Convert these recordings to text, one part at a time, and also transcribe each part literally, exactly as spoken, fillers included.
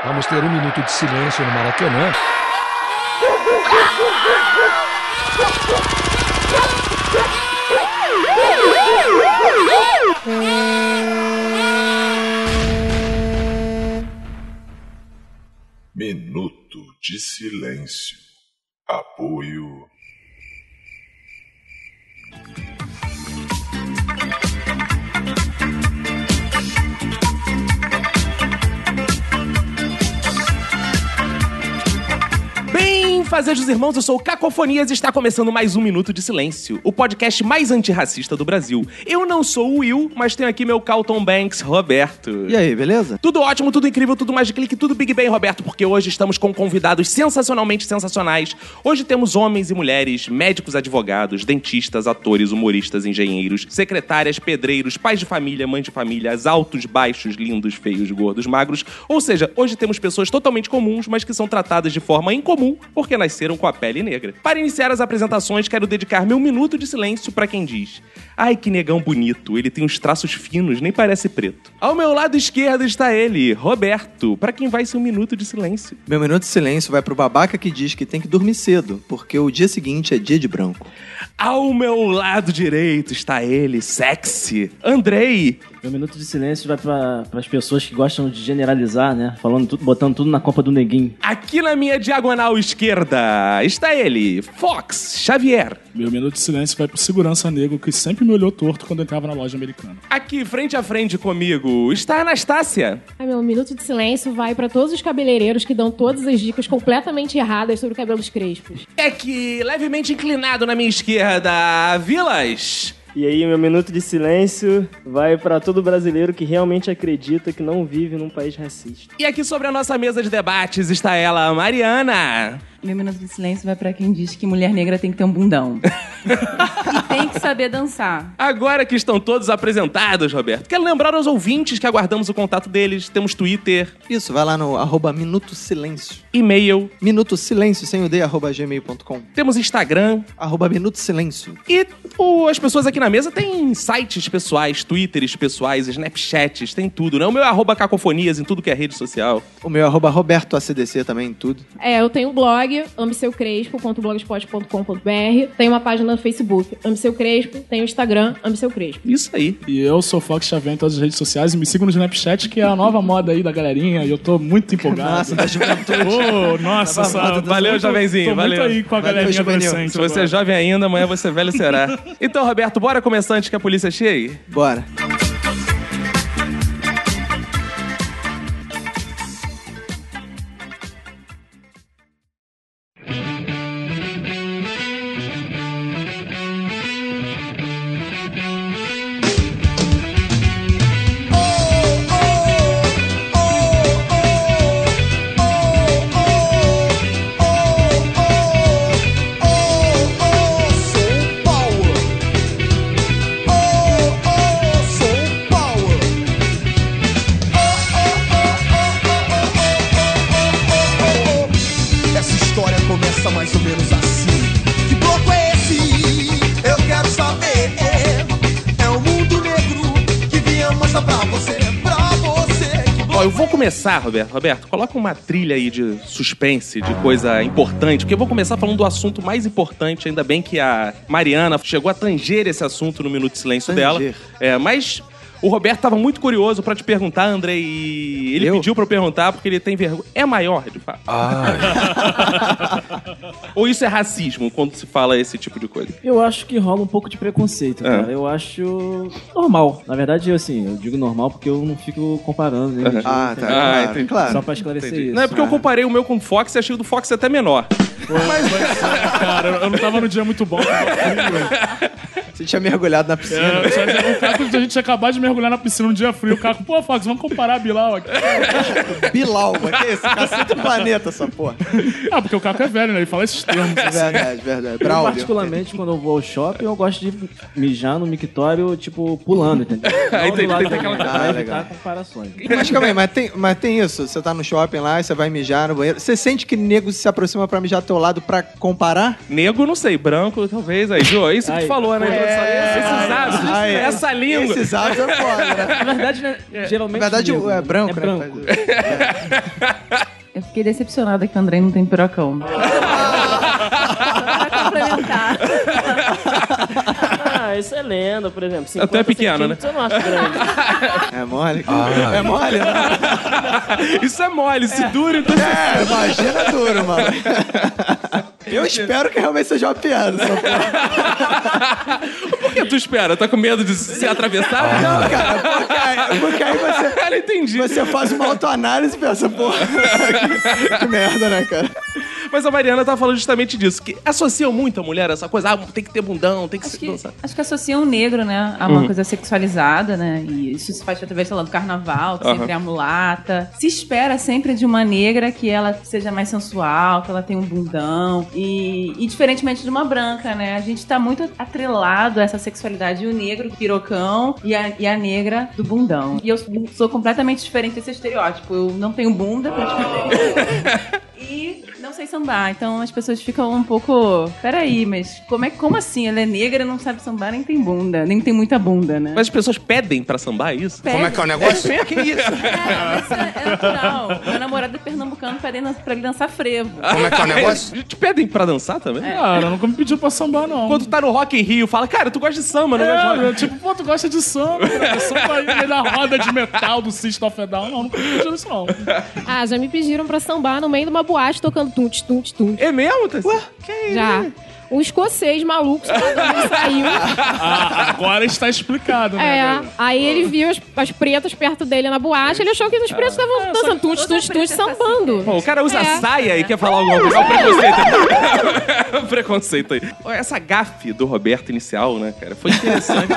Vamos ter um minuto de silêncio no Maracanã. Minuto de silêncio. Apoio. Bem, fazejos irmãos, eu sou o Cacofonias e está começando mais um Minuto de Silêncio, o podcast mais antirracista do Brasil. Eu não sou o Will, mas tenho aqui meu Carlton Banks, Roberto. E aí, beleza? Tudo ótimo, tudo incrível, tudo mais de clique, tudo Big Bang, Roberto, porque hoje estamos com convidados sensacionalmente sensacionais. Hoje temos homens e mulheres, médicos, advogados, dentistas, atores, humoristas, engenheiros, secretárias, pedreiros, pais de família, mães de família, altos, baixos, lindos, feios, gordos, magros. Ou seja, hoje temos pessoas totalmente comuns, mas que são tratadas de forma incomum porque nasceram com a pele negra. Para iniciar as apresentações, quero dedicar meu minuto de silêncio para quem diz: ai, que negão bonito, ele tem uns traços finos, nem parece preto. Ao meu lado esquerdo está ele, Roberto, para quem vai ser um minuto de silêncio. Meu minuto de silêncio vai pro babaca que diz que tem que dormir cedo, porque o dia seguinte é dia de branco. Ao meu lado direito está ele, sexy, Andrei. Meu minuto de silêncio vai para as pessoas que gostam de generalizar, né? Falando tudo, botando tudo na copa do neguinho. Aqui na minha diagonal esquerda está ele, Fox Xavier. Meu minuto de silêncio vai pro segurança negro que sempre me olhou torto quando eu entrava na loja americana. Aqui, frente a frente comigo, está a Anastácia. Ai, meu minuto de silêncio vai para todos os cabeleireiros que dão todas as dicas completamente erradas sobre cabelos crespos. Aqui, levemente inclinado na minha esquerda, Vilas. E aí, meu minuto de silêncio vai pra todo brasileiro que realmente acredita que não vive num país racista. E aqui sobre a nossa mesa de debates está ela, Mariana. Meu minuto de silêncio vai pra quem diz que mulher negra tem que ter um bundão. E tem que saber dançar. Agora que estão todos apresentados, Roberto, quero lembrar aos ouvintes que aguardamos o contato deles. Temos Twitter. Isso, vai lá no arroba Minuto Silêncio. E-mail. Minuto Silêncio, sem o D, arroba gmail ponto com. Temos Instagram. Arroba Minuto Silêncio. E o, as pessoas aqui na mesa têm sites pessoais, Twitters pessoais, Snapchats, tem tudo, né? O meu é arroba Cacofonias em tudo que é rede social. O meu é arroba Roberto A C D C também em tudo. É, eu tenho um blog, ame seu crespo ponto blogspot ponto com ponto b r. Tem uma página no Facebook, Ame Seu Crespo. Tem o Instagram, Ame Seu Crespo. Isso aí. E eu sou Fox Xavier em todas as redes sociais e me sigam no Snapchat, que é a nova moda aí da galerinha, e eu tô muito empolgado. Nossa, da juventude. Oh, nossa, essa... Valeu, jovenzinho, tô valeu. muito aí com a Valeu, galerinha juvenil. adolescente. Se você agora. é jovem ainda, amanhã você velho será. Então, Roberto, bora começar antes que a polícia chegue? Bora. Mais ou menos assim. Que bloco é esse? Eu quero saber. É o mundo negro que vinha mostrar pra você, pra você. Ó, eu vou começar, Roberto. Roberto, coloca uma trilha aí de suspense, de coisa importante, porque eu vou começar falando do assunto mais importante. Ainda bem que a Mariana chegou a tanger esse assunto no Minuto de Silêncio Tanger. dela. É, mas... O Roberto tava muito curioso pra te perguntar, André, e ele Eu? pediu pra eu perguntar porque ele tem vergonha. É maior, de fato? Ai. Ou isso é racismo, quando se fala esse tipo de coisa? Eu acho que rola um pouco de preconceito, cara. Eu acho normal. Na verdade, assim, eu digo normal porque eu não fico comparando, né? Uhum. Ah, tá. Ah, claro, entendi. claro. Só pra esclarecer Entendi. isso. Não, é porque eu comparei o meu com o Fox e achei o do Fox até menor. Mas, mas, cara, eu não tava no dia muito bom. Você tinha mergulhado na piscina. É, tinha- o Caco, a gente tinha acabado de mergulhar na piscina um dia frio. O Caco, pô, Fox, vamos comparar a Bilal aqui. Bilal, mas que é esse? Cacete do planeta, essa porra. Ah, porque o Caco é velho, né? Ele fala esses termos. assim. Verdade, verdade. Eu, Braulio. particularmente, quando eu vou ao shopping, eu gosto de mijar no mictório, tipo, pulando, entendeu? Aí Não tem- do lado tem da aquela- minha, Ah, pra legal. evitar comparações. Mas calma aí, mas tem, mas tem isso? Você tá no shopping lá e você vai mijar no banheiro. Você sente que nego se aproxima pra mijar ao teu lado pra comparar? Nego, não sei. Branco, talvez. Aí, Jô, é isso que Aí, tu falou, né? é, É, esses áudios, Ah, é. essa língua. Esses áudios é foda, né? Na verdade, né, geralmente... Na verdade, negro. é branco, É né? branco. Eu fiquei decepcionada que o Andrei não tem pirocão. Pra complementar. Ah, isso é lenda, por exemplo. Até é pequeno, né? Eu não acho grande. É mole? Ah. É mole, né? Isso é mole, se dura, então... É, imagina duro, mano. Eu espero que realmente seja uma piada. Essa porra. Por que tu espera? Tá com medo de ser atravessado? Não, cara, porque aí, porque aí você, Cara, entendi. você faz uma autoanálise e pensa, porra, que, que merda, né, cara? Mas a Mariana tá falando justamente disso, que associam muito a mulher essa coisa, ah, tem que ter bundão, tem que Acho ser... que, dançar. acho que associam o negro, né, a uma Uhum. coisa sexualizada, né? E isso se faz através, sei lá, do carnaval, que Uhum. sempre é a mulata. Se espera sempre de uma negra que ela seja mais sensual, que ela tenha um bundão. E, e diferentemente de uma branca, né? A gente tá muito atrelado a essa sexualidade. E o negro, pirocão, e a, e a negra do bundão. E eu sou completamente diferente desse estereótipo. Eu não tenho bunda, praticamente. E não sei sambar, então as pessoas ficam um pouco... Peraí, mas como, é, como assim? Ela é negra, não sabe sambar, nem tem bunda. Nem tem muita bunda, né? Mas as pessoas pedem pra sambar, é isso? Como é que é o negócio? É, que isso? É, isso é, é natural. Meu namorado é pernambucano pra ele, pra ele dançar frevo. Como é que é o negócio? Te pedem pra dançar também? Cara, nunca me pediu pra sambar, não. Quando tu tá no Rock in Rio, fala, cara, tu gosta de samba, não É, gosta de meu, tipo, pô, tu gosta de samba, cara. Samba aí no meio da roda de metal do System of a Down. Não, nunca me pediram isso, não. Ah, já me pediram pra sambar no meio de uma boate tocando tunte, tunte, tunte. É mesmo? Ué, que isso? Já. Um escocês maluco ele saiu. Ah, agora está explicado, né? É, velho? aí ele viu as, as pretas perto dele na boate, ele achou que os pretos estavam dançando tunte, tunte, tunte, sambando. Pô, o cara usa É. saia e quer falar alguma coisa. Olha o preconceito aí. O preconceito aí. Essa gafe do Roberto inicial, né, cara, foi interessante.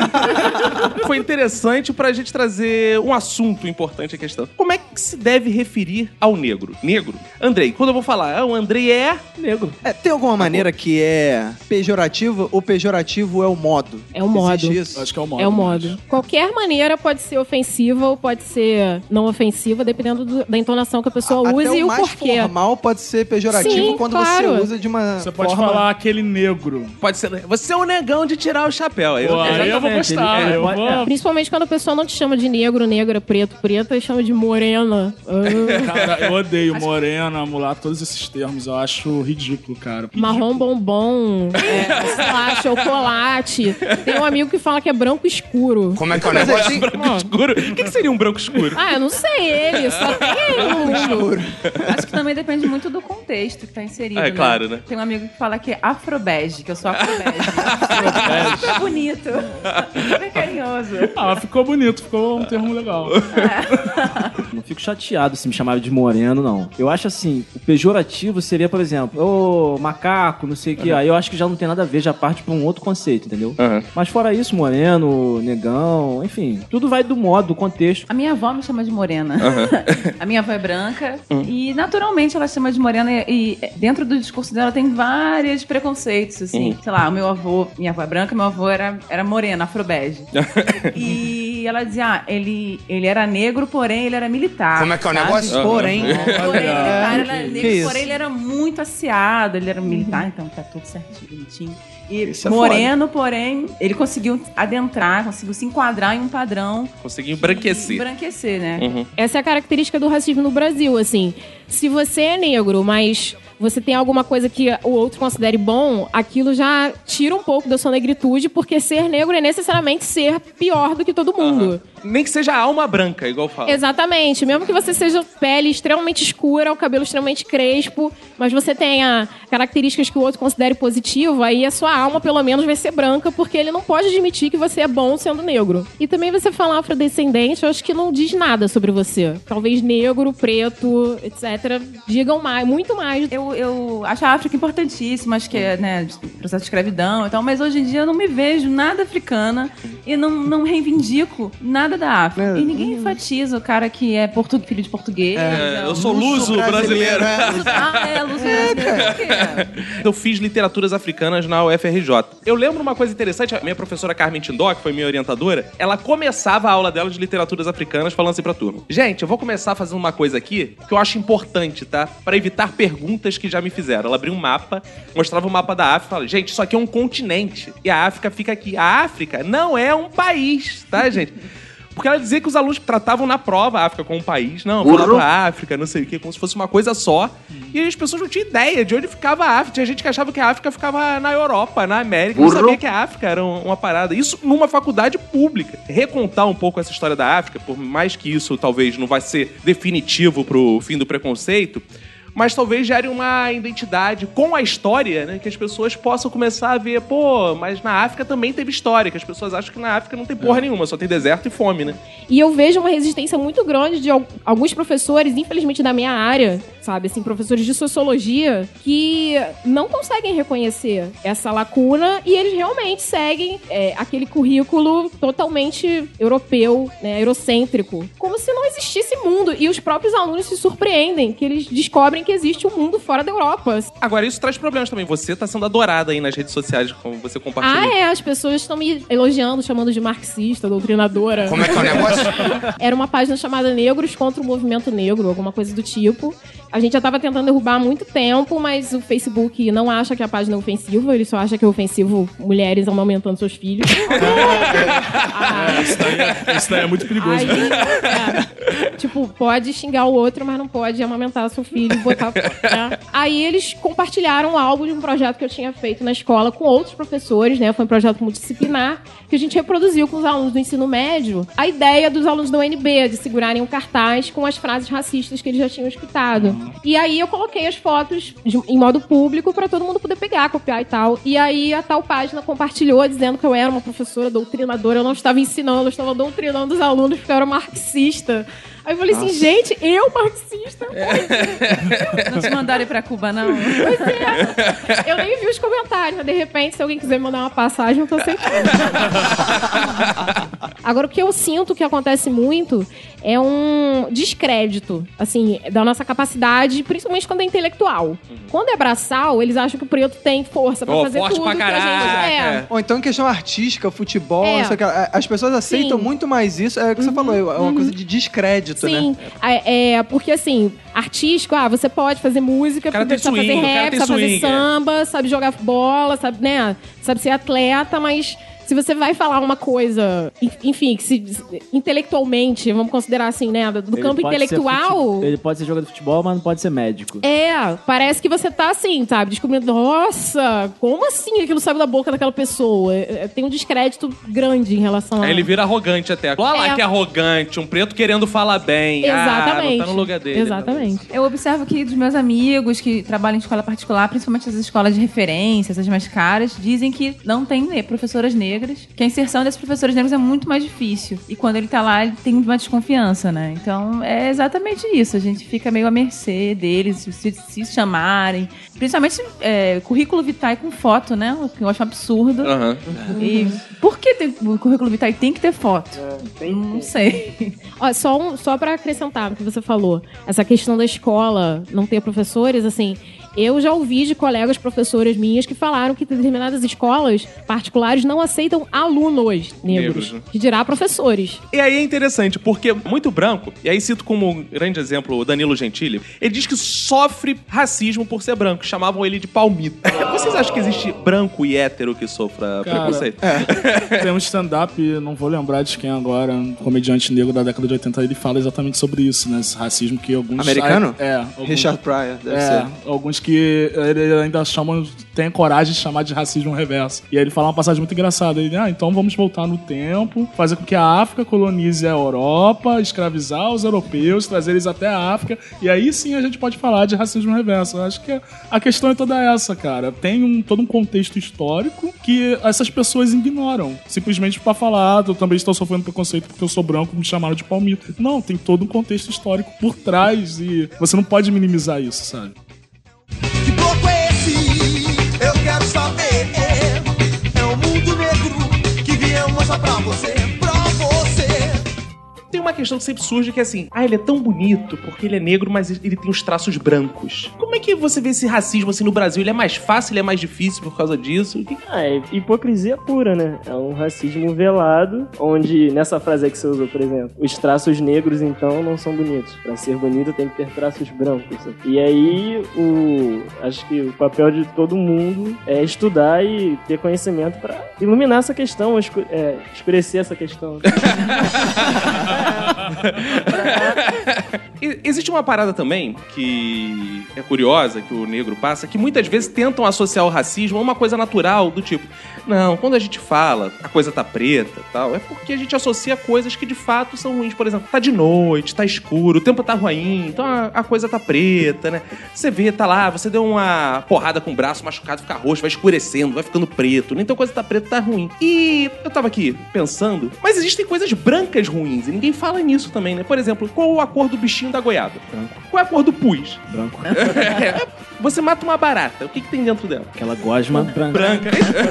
Foi interessante pra gente trazer um assunto importante à questão. Como é que se deve referir ao negro? Negro? Andrei, quando eu vou falar, ah, o Andrei é negro. É, tem alguma maneira que é pejorativa ou pejorativo é o modo? É o modo. Existe isso? Acho que é o modo. É o modo. Qualquer maneira pode ser ofensiva ou pode ser não ofensiva, dependendo do- da entonação que a pessoa Até use o e o mais porquê. formal pode ser pejorativo Sim, quando claro. você usa de uma Você pode forma... falar aquele negro. Pode ser. Você é o negão de tirar o chapéu. Aí Pô, eu- aí eu vou gostar. Ele- eu pode- vou... Principalmente quando a pessoa não te chama de negro, negra, preto, preta, e chama de morena. Ah, Cara, eu odeio morena, mulata, todos esses termos. Eu acho ridículo, cara. marrom bombom, é, sei lá, chocolate. Tem um amigo que fala que é branco escuro. Como é que é o Mas negócio? assim- Branco escuro? O que, que seria um branco escuro? Ah, eu não sei ele, só tem ele no mundo. Acho que também depende muito do contexto que tá inserido, É, né? claro, né? Tem um amigo que fala que é afrobege, que eu sou afrobege. Super bonito. Super carinhoso. Ah, mas ficou bonito, ficou um termo legal. Não fico chateado se me chamarem de moreno, não. Eu acho assim, o pejorativo seria, por exemplo, ô, macaco, não sei o que. Aí eu acho que já não tem nada a ver, já parte pra um outro conceito, entendeu? Aham. Mas fora isso, moreno, negão, enfim, tudo vai do modo, do contexto. A minha avó me chama de morena. A minha avó é branca e naturalmente ela chama de morena e, e dentro do discurso dela tem vários preconceitos, assim. Sei lá, o meu avô, minha avó é branca, meu avô era, era morena, afrobege. E ela dizia, ah, ele, ele era negro, porém ele era militar. Como é que é o sabe? negócio? Porém, Porém, ele era Que negro, isso? porém ele era muito aciado, ele era militar, então tá tudo certinho, bonitinho. E Isso é moreno, porém, ele conseguiu adentrar, conseguiu se enquadrar em um padrão. Consegui embranquecer. Embranquecer, né? Uhum. Essa é a característica do racismo no Brasil, assim. Se você é negro, mas você tem alguma coisa que o outro considere bom, aquilo já tira um pouco da sua negritude, porque ser negro é necessariamente ser pior do que todo mundo. Nem que seja alma branca, igual fala. Exatamente. Mesmo que você seja pele extremamente escura, o cabelo extremamente crespo, mas você tenha características que o outro considere positivo, aí a sua alma, pelo menos, vai ser branca, porque ele não pode admitir que você é bom sendo negro. E também você falar afrodescendente, eu acho que não diz nada sobre você. Talvez negro, preto, etcétera, digam mais, muito mais. Eu, eu acho a África importantíssima, acho que é, né, processo de escravidão e tal, mas hoje em dia eu não me vejo nada africana e não, não reivindico tipo, nada da África. E ninguém enfatiza o cara que é portu... filho de português. É, eu sou luso brasileiro. Ah, é, luso brasileiro. Por quê? Eu fiz literaturas africanas na U F R J. Eu lembro uma coisa interessante, a minha professora Carmen Tindó, que foi minha orientadora, ela começava a aula dela de literaturas africanas falando assim pra turma: gente, eu vou começar fazendo uma coisa aqui que eu acho importante, tá? Pra evitar perguntas que já me fizeram. Ela abriu um mapa, mostrava o mapa da África e falava: gente, isso aqui é um continente e a África fica aqui. A África não é um país, tá, gente? Porque ela dizia que os alunos tratavam na prova a África como um país. Não, falava a África, não sei o quê, como se fosse uma coisa só. E as pessoas não tinham ideia de onde ficava a África. Tinha gente que achava que a África ficava na Europa, na América. Não sabia que a África era uma parada. Isso numa faculdade pública. Recontar um pouco essa história da África, por mais que isso talvez não vai ser definitivo pro fim do preconceito, mas talvez gere uma identidade com a história, né? Que as pessoas possam começar a ver, pô, mas na África também teve história, que as pessoas acham que na África não tem porra é. nenhuma, só tem deserto e fome, né? E eu vejo uma resistência muito grande de alguns professores, infelizmente da minha área, sabe, assim, professores de sociologia, que não conseguem reconhecer essa lacuna e eles realmente seguem é, aquele currículo totalmente europeu, né, eurocêntrico, como se não existisse mundo. E os próprios alunos se surpreendem, que eles descobrem que existe um mundo fora da Europa. Agora, isso traz problemas também. Você tá sendo adorada aí nas redes sociais, como você compartilha. Ah, é. As pessoas estão me elogiando, chamando de marxista, doutrinadora. Como é que é o negócio? Era uma página chamada Negros contra o Movimento Negro, alguma coisa do tipo. A gente já tava tentando derrubar há muito tempo, mas o Facebook não acha que a página é ofensiva, ele só acha que é ofensivo mulheres amamentando seus filhos. ah, é, isso, daí é, isso daí é muito perigoso. Aí, é, tipo, pode xingar o outro, mas não pode amamentar seu filho e botar... É. Aí eles compartilharam um álbum de um projeto que eu tinha feito na escola com outros professores, né? Foi um projeto multidisciplinar, que a gente reproduziu com os alunos do ensino médio a ideia dos alunos da U N B de segurarem um cartaz com as frases racistas que eles já tinham escutado. Uhum. E aí eu coloquei as fotos de, em modo público pra todo mundo poder pegar, copiar e tal. E aí a tal página compartilhou dizendo que eu era uma professora doutrinadora, eu não estava ensinando, eu estava doutrinando os alunos porque eu era marxista. Aí eu falei Nossa. assim, gente, eu marxista? É. Não te mandaram ir pra Cuba, não? Pois é. Eu nem vi os comentários, mas de repente, se alguém quiser mandar uma passagem, eu tô aceitando. Agora, o que eu sinto que acontece muito é um descrédito, assim, da nossa capacidade, principalmente quando é intelectual. Uhum. Quando é braçal, eles acham que o preto tem força pra oh, fazer forte tudo pra que a gente é. Ou então, em questão artística, futebol, é. não sei o que, as pessoas aceitam Sim. muito mais isso, é o que você uhum. falou, é uma uhum. coisa de descrédito. Sim, né? é, porque assim, artístico, ah, você pode fazer música, porque sabe fazer rap, sabe fazer samba, sabe jogar bola, sabe, né? Sabe ser atleta, mas se você vai falar uma coisa, enfim, que se, intelectualmente, vamos considerar assim, né, do ele campo intelectual... Fute... Ele pode ser jogador de futebol, mas não pode ser médico. É, parece que você tá assim, sabe, descobrindo, nossa, como assim aquilo saiu da boca daquela pessoa? Tem um descrédito grande em relação a... Aí ele vira arrogante até. Olha lá é. que arrogante, um preto querendo falar bem. Exatamente. Ah, não tá no lugar dele. Exatamente. Eu observo que dos meus amigos que trabalham em escola particular, principalmente as escolas de referência, essas mais caras, dizem que não tem né, professoras negras, que a inserção desses professores negros é muito mais difícil. E quando ele tá lá, ele tem uma desconfiança, né? Então, é exatamente isso. A gente fica meio à mercê deles, se, se chamarem. Principalmente é, currículo vitae com foto, né? O que eu acho um absurdo. Uhum. E por que tem, o currículo vitae tem que ter foto? É, tem, não sei. Ó, só, um, só pra acrescentar no que você falou, essa questão da escola não ter professores, assim... Eu já ouvi de colegas professoras minhas que falaram que determinadas escolas particulares não aceitam alunos negros, negros. que dirá professores. E aí é interessante, porque muito branco, e aí cito como grande exemplo o Danilo Gentili, ele diz que sofre racismo por ser branco, chamavam ele de palmito. Vocês acham que existe branco e hétero que sofra Cara, preconceito? É. Tem um stand-up, não vou lembrar de quem agora, um comediante negro da década de oitenta, ele fala exatamente sobre isso, né? Esse racismo que alguns... Americano? É. Alguns, Richard Pryor, deve é, ser. Alguns que ele ainda chama, tem a coragem de chamar de racismo reverso. E aí ele fala uma passagem muito engraçada. Ele, ah, então vamos voltar no tempo, fazer com que a África colonize a Europa, escravizar os europeus, trazer eles até a África, e aí sim a gente pode falar de racismo reverso. Eu acho que a questão é toda essa, cara. Tem um, todo um contexto histórico que essas pessoas ignoram. Simplesmente pra falar, ah, eu também estou sofrendo preconceito porque eu sou branco, me chamaram de palmito. Não, tem todo um contexto histórico por trás e você não pode minimizar isso, sabe? Que bloco é esse? Eu quero saber. É o mundo negro que viemos mostrar pra você, pra você. tem uma questão que sempre surge que é assim, ah, ele é tão bonito porque ele é negro, mas ele tem os traços brancos. Como é que você vê esse racismo assim no Brasil? Ele é mais fácil, ele é mais difícil por causa disso? Que... Ah, é hipocrisia pura, né? É um racismo velado, onde, nessa frase aí que você usou, por exemplo, os traços negros, então, não são bonitos. Pra ser bonito, tem que ter traços brancos. E aí, o... acho que o papel de todo mundo é estudar e ter conhecimento pra iluminar essa questão, escu... é, escurecer essa questão. Existe uma parada também que é curiosa, que o negro passa, que muitas vezes tentam associar o racismo a uma coisa natural, do tipo, não, quando a gente fala a coisa tá preta e tal, é porque a gente associa coisas que de fato são ruins. Por exemplo, tá de noite, tá escuro, o tempo tá ruim, então a, a coisa tá preta, né? Você vê, tá lá, você deu uma porrada com o braço machucado, fica roxo, vai escurecendo, vai ficando preto, então a coisa tá preta, tá ruim. E eu tava aqui pensando, mas existem coisas brancas ruins, e ninguém fala nisso também, né? Por exemplo, qual a cor do bichinho da goiaba? Branco. Qual é a cor do pus? Branco. Você mata uma barata, o que, que tem dentro dela? Aquela gosma branca. Branca.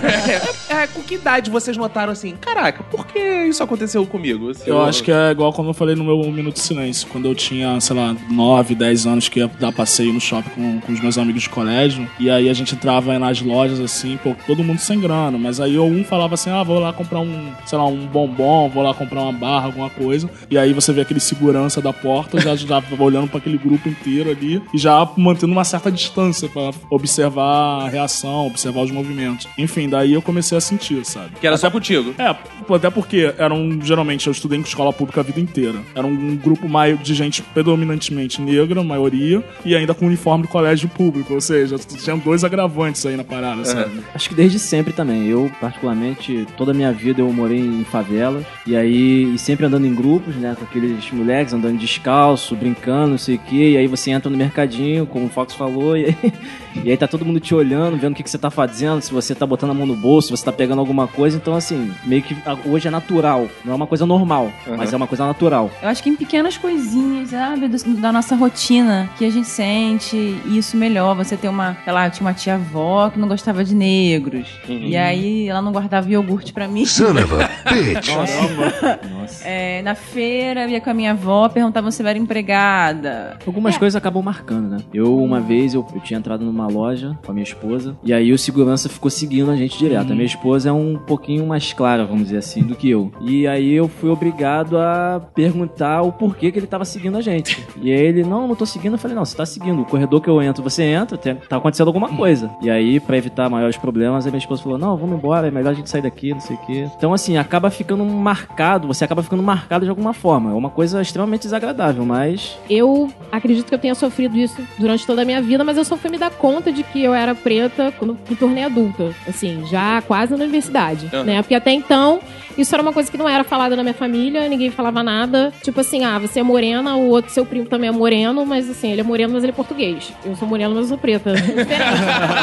É, é, com que idade vocês notaram assim, caraca, por que isso aconteceu comigo? Assim, eu, eu acho que é igual quando eu falei no meu Minuto de Silêncio, quando eu tinha, sei lá, nove, dez anos, que ia dar passeio no shopping com, com os meus amigos de colégio, e aí a gente entrava nas lojas assim, pô, todo mundo sem grana, mas aí um falava assim, ah, vou lá comprar um, sei lá, um bombom, vou lá comprar uma barra, alguma coisa, e aí você vê aquele segurança da porta, já, já olhando pra aquele grupo inteiro ali, e já mantendo uma certa distância pra observar a reação, observar os movimentos. Enfim, daí eu comecei a sentir, sabe? Que era até, só contigo. É, até porque eram, geralmente, eu estudei em escola pública a vida inteira. Era um grupo mais de gente predominantemente negra, maioria, e ainda com uniforme do colégio público, ou seja, tinha dois agravantes aí na parada, uhum. sabe? Acho que desde sempre também. Eu, particularmente, toda a minha vida eu morei em favelas, e aí, e sempre andando em grupos, né, com aqueles moleques andando descalço, brincando, não sei o quê, e aí você entra no mercadinho, como o Fox falou, e aí, e aí tá todo mundo te olhando, vendo o que, que você tá fazendo, se você tá botando a mão no bolso, se você tá pegando alguma coisa. Então, assim, meio que hoje é natural. Não é uma coisa normal, uhum. mas é uma coisa natural. Eu acho que em pequenas coisinhas, sabe, do, da nossa rotina, que a gente sente isso melhor. Você tem uma, sei lá, eu tinha uma tia-avó que não gostava de negros. Uhum. E aí ela não guardava iogurte pra mim. Son of a bitch. Nossa. Nossa. É, na feira, eu ia com a minha avó, perguntava se eu era empregada. Algumas é. coisas acabam marcando, né? Eu, uma vez, eu, eu tinha entrado numa loja com a minha esposa, e aí o segurança ficou seguindo a gente direto. Hum. A minha esposa é um pouquinho mais clara, vamos dizer assim, do que eu. E aí eu fui obrigado a perguntar o porquê que ele tava seguindo a gente. E aí ele, não, não tô seguindo. Eu falei, não, você tá seguindo. O corredor que eu entro, você entra, tem, tá acontecendo alguma coisa. E aí, pra evitar maiores problemas, a minha esposa falou, não, vamos embora, é melhor a gente sair daqui, não sei o quê. Então, assim, acaba ficando marcado, você acaba ficando marcado de alguma forma. É uma coisa extremamente desagradável, mas... Eu acredito que eu tenha sofrido isso durante toda a minha vida, mas eu só fui me dar conta de que eu era preta quando me tornei adulta. Assim, já quase na universidade, uhum. né? Porque até então, isso era uma coisa que não era falada na minha família, ninguém falava nada. Tipo assim, ah, você é morena, o outro seu primo também é moreno, mas assim, ele é moreno, mas ele é português. Eu sou morena, mas eu sou preta. É diferente.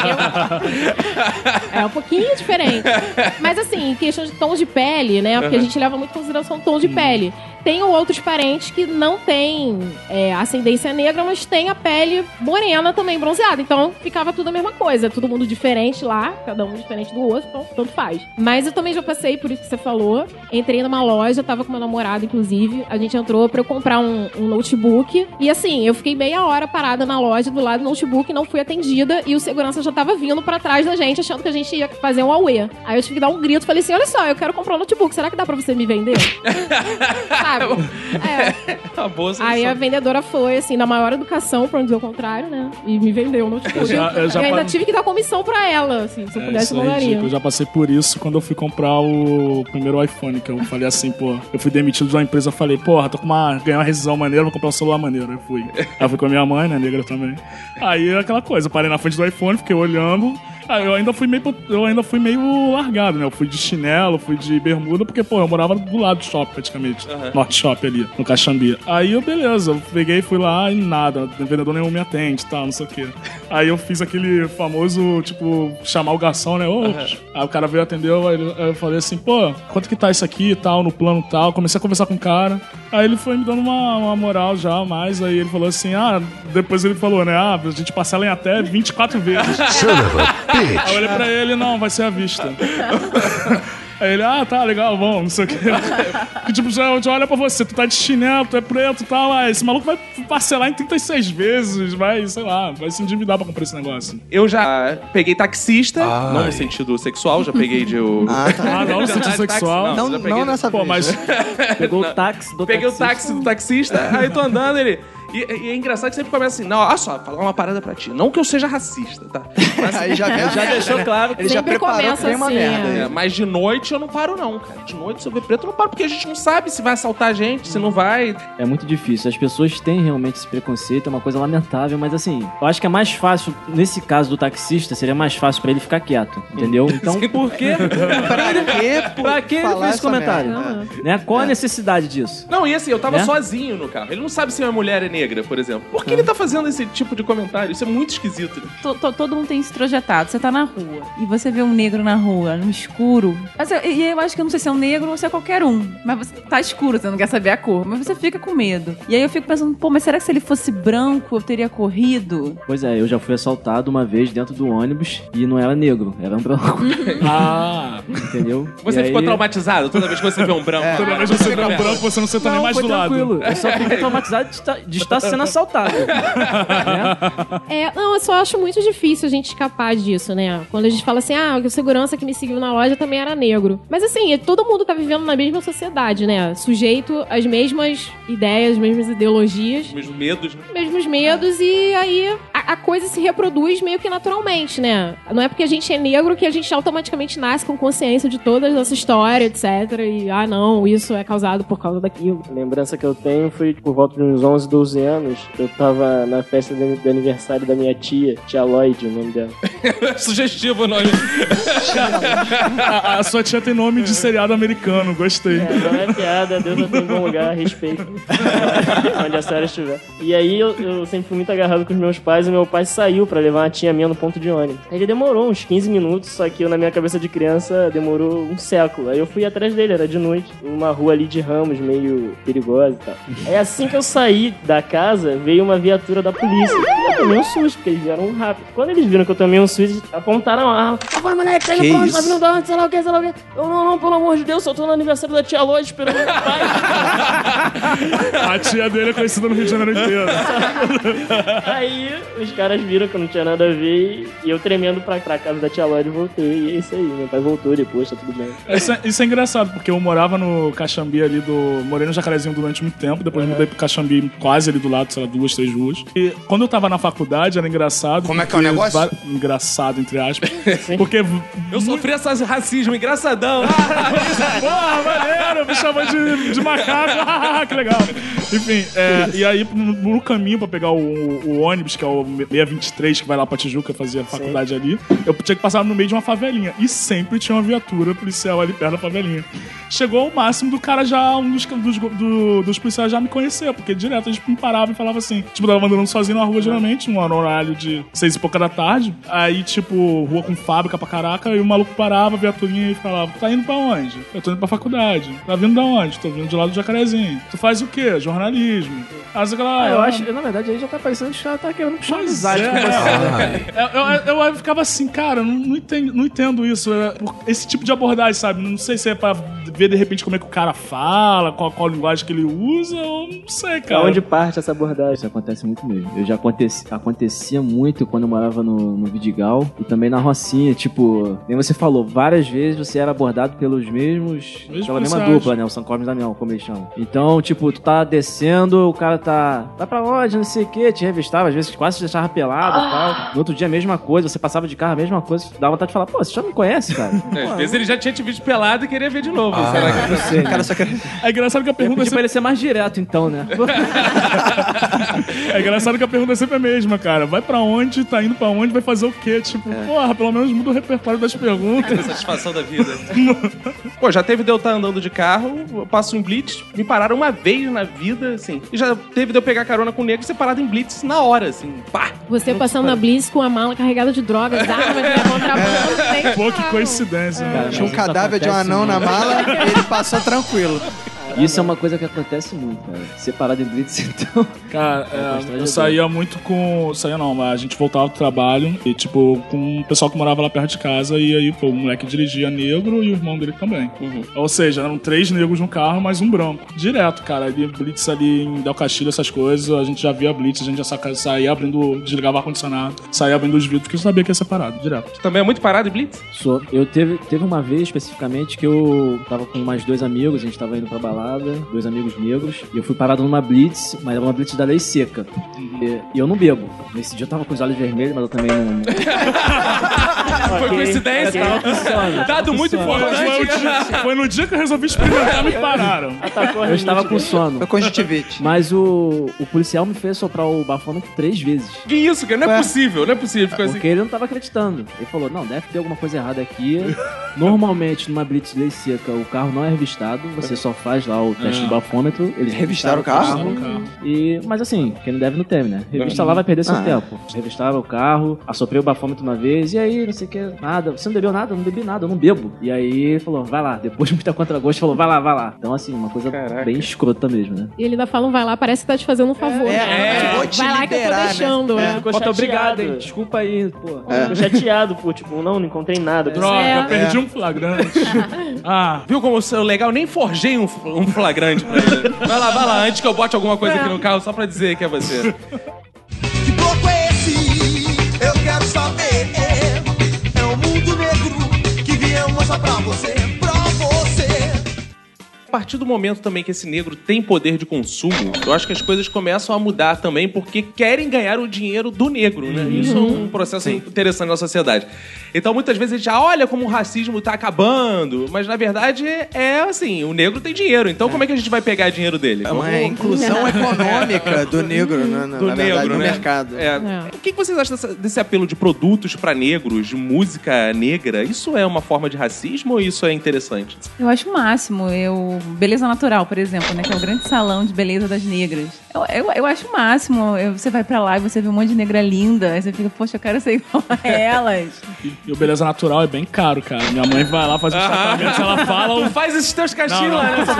eu... É um pouquinho diferente. Mas assim, em questão de tons de pele, né? Porque uhum. a gente leva muito em consideração tons de uhum. pele. Tenho outros parentes que não têm é, ascendência negra, mas têm a pele morena também, bronzeada. Então, ficava tudo a mesma coisa. Todo mundo diferente lá, cada um diferente do outro, então tanto faz. Mas eu também já passei por isso que você falou. Entrei numa loja, tava com meu namorado, inclusive. A gente entrou pra eu comprar um, um notebook. E assim, eu fiquei meia hora parada na loja, do lado do notebook, não fui atendida. E o segurança já tava vindo pra trás da gente, achando que a gente ia fazer um auê. Aí eu tive que dar um grito, falei assim, olha só, eu quero comprar um notebook, será que dá pra você me vender? Sabe? É. Uma boa solução. Aí a vendedora foi, assim, na maior educação, pra não dizer o contrário, né? E me vendeu o notebook. Eu, já, eu, já eu ainda pa... tive que dar comissão pra ela, assim, se eu é, pudesse, eu mandaria. Eu já passei por isso quando eu fui comprar o primeiro iPhone, que eu falei assim, pô, eu fui demitido de uma empresa, eu falei, porra, tô com uma, ganhei uma rescisão maneira, vou comprar um celular maneiro. Eu fui. Aí eu fui com a minha mãe, né, negra também. Aí aquela coisa, eu parei na frente do iPhone, fiquei olhando. Ah, eu ainda fui meio, eu ainda fui meio largado, né? Eu fui de chinelo, fui de bermuda, porque, pô, eu morava do lado do shopping, praticamente. Uhum. Norte Shopping ali, no Caxambi. Aí eu, beleza, eu peguei, fui lá e nada, o vendedor nenhum me atende e tal, não sei o quê. Aí eu fiz aquele famoso, tipo, chamar o garçom, né? Ô, uhum. Aí o cara veio atender, aí eu falei assim, pô, quanto que tá isso aqui e tal, no plano e tal. Comecei a conversar com o cara. Aí ele foi me dando uma, uma moral já, mais. Aí ele falou assim, ah, depois ele falou, né? Ah, a gente parcela em até vinte e quatro vezes. Aí eu olhei pra ele, não, vai ser à vista. Aí ele, ah, tá, legal, bom, não sei o quê. Que tipo, já, já olha pra você, tu tá de chinelo, tu é preto e tal, ah, esse maluco vai parcelar em trinta e seis vezes, vai, sei lá, vai se endividar pra comprar esse negócio. Eu já peguei taxista, Ai. não no sentido sexual, já peguei de... O... Ah, tá. Ah, não no sentido sexual. Não, já peguei- não nessa Pô, vez. mas Pegou o táxi do Peguei taxista. o táxi do taxista, aí tô andando, ele... E, e é engraçado que sempre começa assim, não, olha só, falar uma parada pra ti. Não que eu seja racista, tá? Mas, Aí já, vem a Já merda, deixou né? claro que Ele já sempre preparou que começa vem uma assim, merda. é. é, mas de noite eu não paro não, cara. De noite, se eu ver preto, eu não paro, porque a gente não sabe se vai assaltar a gente, se não vai. É muito difícil. As pessoas têm realmente esse preconceito, é uma coisa lamentável, mas assim, eu acho que é mais fácil, nesse caso do taxista, seria mais fácil pra ele ficar quieto, entendeu? Então, por quê? Pra quê, pô, Pra que ele falar fez esse essa comentário? merda? Né? Qual a necessidade disso? Não, e assim, eu tava Né? sozinho no carro. Ele não sabe se minha mulher é negra, por exemplo. Por que ele tá fazendo esse tipo de comentário? Isso é muito esquisito. Né? To- to- Todo mundo tem isso projetado. Você tá na rua e você vê um negro na rua, no escuro. Mas eu- E eu acho que eu não sei se é um negro ou se é qualquer um. Mas você tá escuro, você não quer saber a cor. Mas você fica com medo. E aí eu fico pensando, pô, mas será que se ele fosse branco eu teria corrido? Pois é, eu já fui assaltado uma vez dentro do ônibus e não era negro, era um branco, Ah, entendeu? Você E ficou aí- traumatizado toda vez que você vê um branco? toda vez que você vê um branco, você não senta nem Não, mais foi do lado. tranquilo. Eu só fiquei traumatizado de estar, de estar sendo assaltado. Né? É, não, eu só acho muito difícil a gente escapar disso, né? Quando a gente fala assim, ah, o segurança que me seguiu na loja também era negro. Mas assim, todo mundo tá vivendo na mesma sociedade, né? Sujeito às mesmas ideias, mesmas ideologias, Mesmo medos, né? mesmos medos, e aí a, a coisa se reproduz meio que naturalmente, né? Não é porque a gente é negro que a gente automaticamente nasce com consciência de toda a nossa história, etcétera. E, ah, não, isso é causado por causa daquilo. A lembrança que eu tenho foi por volta de uns onze, doze anos. Eu tava na festa de, de aniversário da minha tia, tia Lloyd, o nome dela. Sugestivo o nome. A, a sua tia tem nome de seriado americano, gostei. É, não é piada, Deus não tem bom lugar, respeito. Onde a senhora estiver. E aí eu, eu sempre fui muito agarrado com os meus pais, e meu pai saiu pra levar uma tia minha no ponto de ônibus. Ele demorou uns quinze minutos, só que eu, na minha cabeça de criança, demorou um século. Aí eu fui atrás dele, era de noite, uma rua ali de ramos, meio perigosa e tal. Aí assim que eu saí da casa, veio uma viatura da polícia. E eu tomei um susto, porque eles vieram rápido. Quando eles viram que eu tomei um susto, eles apontaram a arma. Ah, vai, moleque, tá indo Que pra onde? isso? Tá vindo da onde? Sei lá o que, sei lá o que. Eu, não, não, pelo amor de Deus, eu tô no aniversário da tia Lloyd esperando meu pai. A tia dele é conhecida no Rio de Janeiro inteiro. Aí os caras viram que eu não tinha nada a ver e eu tremendo pra, pra casa da tia Lloyd e voltei. E é isso aí, meu pai voltou depois, tá tudo bem. Isso é, isso é engraçado, porque eu morava no Caxambi ali do... Morei no Jacarezinho durante muito tempo, depois mudei pro Caxambi quase ali do lado, sei lá, duas, três ruas. E quando eu tava na faculdade, era engraçado. Como é que é o porque negócio? va- Engraçado, entre aspas. Porque... Eu sofri esse racismo engraçadão. Porra, maneiro, me chamou de, de macaco. Que legal. Enfim, é, e aí no, no caminho pra pegar o, o ônibus, que é o seiscentos e vinte e três, que vai lá pra Tijuca fazer a faculdade ali, eu tinha que passar no meio de uma favelinha. E sempre tinha uma viatura policial ali perto da favelinha. Chegou ao máximo do cara já, um dos, dos, do- dos policiais já me conhecer, porque direto a gente me parava e falava assim. Tipo, eu tava andando sozinho na rua, geralmente, num horário de seis e pouca da tarde. Aí, tipo, rua com fábrica pra caraca, e o maluco parava, a viaturinha e falava: tá indo pra onde? Eu tô indo pra faculdade. Tá vindo da onde? Tô vindo de lá do Jacarezinho. Tu faz o quê? Jornalismo. Aí você fala, Ah, eu acho, na verdade, aí já tá parecendo que já tá querendo puxar Pois amizade é. com você, né? Eu, eu, eu, eu ficava assim, cara, não, não, entendo, não entendo isso. É, por- esse tipo de abordagem, sabe? Não sei se é pra ver de repente como é que o cara fala, qual, qual linguagem que ele usa, ou não sei, Da cara. onde parte essa abordagem? Isso acontece muito mesmo. Eu já aconteci, acontecia muito quando eu morava no, no Vidigal e também na Rocinha. Tipo, nem você falou, várias vezes você era abordado pelos mesmos. Mesmos pela mesma policiais. dupla, né? O São Cosme e Damião, como eles chamam. Então, tipo, tu tá descendo, o cara tá. Tá pra onde? Não sei o que, te revistava, às vezes quase te deixava pelado e tal. No outro dia, a mesma coisa, você passava de carro, a mesma coisa. Dá vontade de falar, pô, você já me conhece, cara? É, às vezes ele já tinha te visto pelado e queria ver de novo. Ah, Será que... Não sei. O cara só quer... É engraçado que a Eu pergunta é pedi pra sempre... ele ser mais direto, então, né? É engraçado que a pergunta é sempre a mesma, cara. Vai pra onde, tá indo pra onde, vai fazer o quê? Tipo, porra, pelo menos muda o repertório das perguntas. Satisfação da vida. Pô, já teve de eu estar andando de carro, eu passo em blitz, me pararam uma vez na vida, assim. E já teve de eu pegar carona com o negro e ser parado em blitz na hora, assim. Pá! Você passando na Blitz com a mala carregada de drogas, armas, né, contrabando, sem Pô, que carro. coincidência, né? Cara, Tinha um mas isso cadáver de um acontece anão na muito. mala e ele passou tranquilo. Isso é uma coisa que acontece muito, cara. Separado em blitz, então... Cara, é, eu saía muito com... Saía não, mas a gente voltava do trabalho e, tipo, com o pessoal que morava lá perto de casa e aí, pô, o moleque dirigia negro e o irmão dele também. Uhum. Ou seja, eram três negros no carro, mais um branco. Direto, cara. Ali, blitz ali em Del Castilho, essas coisas, a gente já via blitz, a gente já saca, saía abrindo, desligava o ar-condicionado, saía abrindo os vidros, porque eu sabia que ia ser parado, direto. Tu também é muito parado em blitz? Sou. Eu teve, teve uma vez, especificamente, que eu tava com mais dois amigos, a gente tava indo pra balada, dois amigos negros, e eu fui parado numa blitz, mas era uma blitz da lei seca. Uhum. E, e eu não bebo. Nesse dia eu tava com os olhos vermelhos, mas eu também não... Foi coincidência? Eu tava com sono. Dado muito importante. Foi, o dia, foi no dia que eu resolvi experimentar, me pararam. Eu estava com sono. Foi conjuntivite. Mas o, o policial me fez soprar o bafômetro três vezes. Que isso, cara? Não é, é. possível, não é possível. Ficou Porque assim. ele não tava acreditando. Ele falou, não, deve ter alguma coisa errada aqui. Normalmente, numa blitz lei seca, o carro não é revistado. Você só faz lá o teste é. do bafômetro. Eles revistaram o carro? carro, carro. E, mas assim, quem não deve não teme, né? Revista lá vai perder seu ah. tempo. Revistaram o carro, assoprei o bafômetro uma vez, e aí, não sei o que, nada. Você não bebeu nada? Eu não bebi nada, eu não bebo. E aí ele falou, vai lá. Depois de muita contragosto, falou, vai lá, vai lá. Então, assim, uma coisa Caraca. bem escrota mesmo, né? E ele ainda fala, vai lá, parece que tá te fazendo um favor. É, é, é. Vou te vai lá liberar, que eu tô deixando. Né? É. Ficou chateado. Obrigado, hein? Desculpa aí, pô. É. Ficou chateado, pô, tipo, não, não encontrei nada. Droga, é. perdi um flagrante. Ah, viu como o legal? Nem forjei um, um flagrante pra ele. Vai lá, vai lá, antes que eu bote alguma coisa é. aqui no carro, só pra dizer que é você. Que bloco é esse? Eu quero saber. É o mundo negro que viemos mostrar pra você, pra você. A partir do momento também que esse negro tem poder de consumo, eu acho que as coisas começam a mudar também porque querem ganhar o dinheiro do negro, né? Uhum. Isso é um processo Sim. interessante na sociedade. Então, muitas vezes a gente já olha como o racismo tá acabando, mas na verdade é assim, o negro tem dinheiro, então é. como é que a gente vai pegar dinheiro dele? É uma Vamos... inclusão econômica do negro, né? Na, do na negro, verdade, no né? mercado. É. É. O que vocês acham desse, desse apelo de produtos pra negros, de música negra? Isso é uma forma de racismo ou isso é interessante? Eu acho o máximo. Eu... Beleza Natural, por exemplo, né? Que é o grande salão de beleza das negras. Eu, eu, eu acho o máximo. Eu, você vai pra lá e você vê um monte de negra linda, aí você fica, poxa, eu quero ser igual a elas. E, e o Beleza Natural é bem caro, cara. Minha mãe vai lá fazer os tratamentos, ela fala... Tu faz esses teus cachinhos lá, né?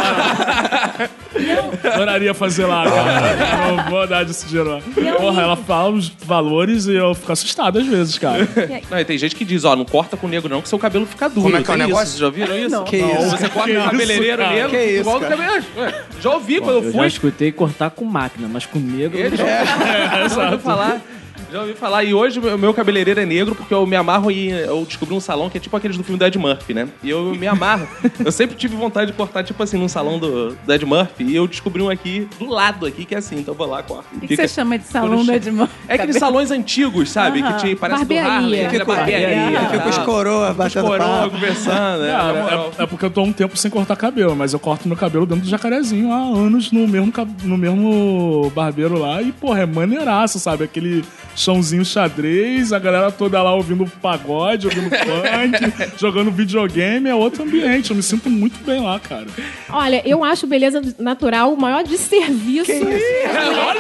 Não. Adoraria fazer lá, cara. Não vou dar desse dinheiro lá. Porra, ela fala os valores e eu fico assustado às vezes, cara. Não, e tem gente que diz, ó, não corta com o negro não, que seu cabelo fica duro. Como é que é o negócio? Vocês já viram isso? Não. Que não. isso? Você corta que com o cabeleireiro isso, negro, que isso, igual cara? do cabelo. Já ouvi Bom, quando eu eu fui. já escutei cortar com máquina, mas com negro... Ele já, É, já ouvi falar... Já ouvi falar, e hoje o meu cabeleireiro é negro porque eu me amarro e eu descobri um salão que é tipo aqueles do filme do Ed Murphy, né? E eu me amarro. Eu sempre tive vontade de cortar, tipo assim, num salão do, do Ed Murphy, e eu descobri um aqui, do lado aqui, que é assim, então eu vou lá, corto. O que, que você chama de salão do Ed Murphy? É aqueles salões antigos, sabe? Uhum. Que te, parece Barbearia. do Harley, aquela barbearia. Fica com os coroas batendo Coroa papo. conversando, né? Cara, é, é porque eu tô há um tempo sem cortar cabelo, mas eu corto meu cabelo dentro do Jacarezinho há anos no mesmo, no mesmo barbeiro lá. E, porra, é maneiraço, sabe? Aquele chãozinho xadrez, a galera toda lá ouvindo pagode, ouvindo funk, jogando videogame, é outro ambiente. Eu me sinto muito bem lá, cara. Olha, eu acho beleza natural o maior desserviço. Que isso?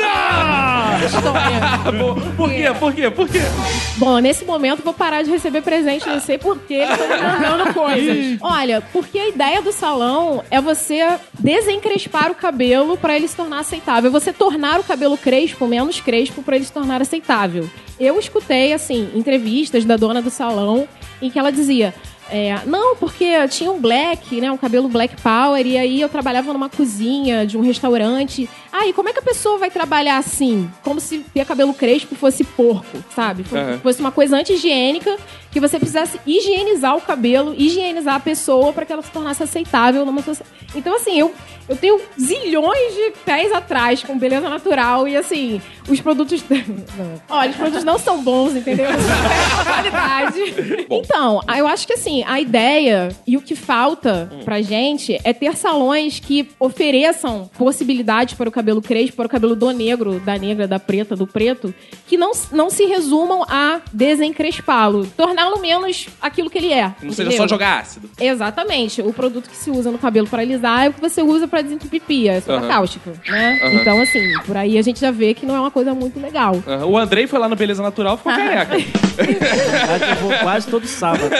Olha! História. Por quê? Por quê? Por quê? Bom, nesse momento vou parar de receber presente, não sei por que eles estão me mandando coisas. Olha, porque a ideia do salão é você desencrespar o cabelo para ele se tornar aceitável. É você tornar o cabelo crespo menos crespo para ele se tornar aceitável. Eu escutei, assim, entrevistas da dona do salão em que ela dizia... É, não, porque tinha um black, né, um cabelo black power, e aí eu trabalhava numa cozinha de um restaurante. Ah, e como é que a pessoa vai trabalhar assim? Como se ter cabelo crespo fosse porco, sabe? Uhum. Fosse uma coisa anti-higiênica, que você precisasse higienizar o cabelo, higienizar a pessoa para que ela se tornasse aceitável numa sociedade. Então, assim, eu, eu tenho zilhões de pés atrás com beleza natural e, assim, os produtos... Olha, os produtos não são bons, entendeu? Não tem qualidade. Então, eu acho que, assim, a ideia e o que falta pra gente é ter salões que ofereçam possibilidades para o cabelo cabelo crespo para o cabelo do negro, da negra, da preta, do preto, que não, não se resumam a desencrespá-lo, torná-lo menos aquilo que ele é. Não seja só jogar ácido. Exatamente. O produto que se usa no cabelo para alisar é o que você usa para desentupir pia, é soda Uhum. cáustica, né? Uhum. Então, assim, por aí a gente já vê que não é uma coisa muito legal. Uhum. O Andrei foi lá no Beleza Natural e ficou careca. Eu vou quase todo sábado.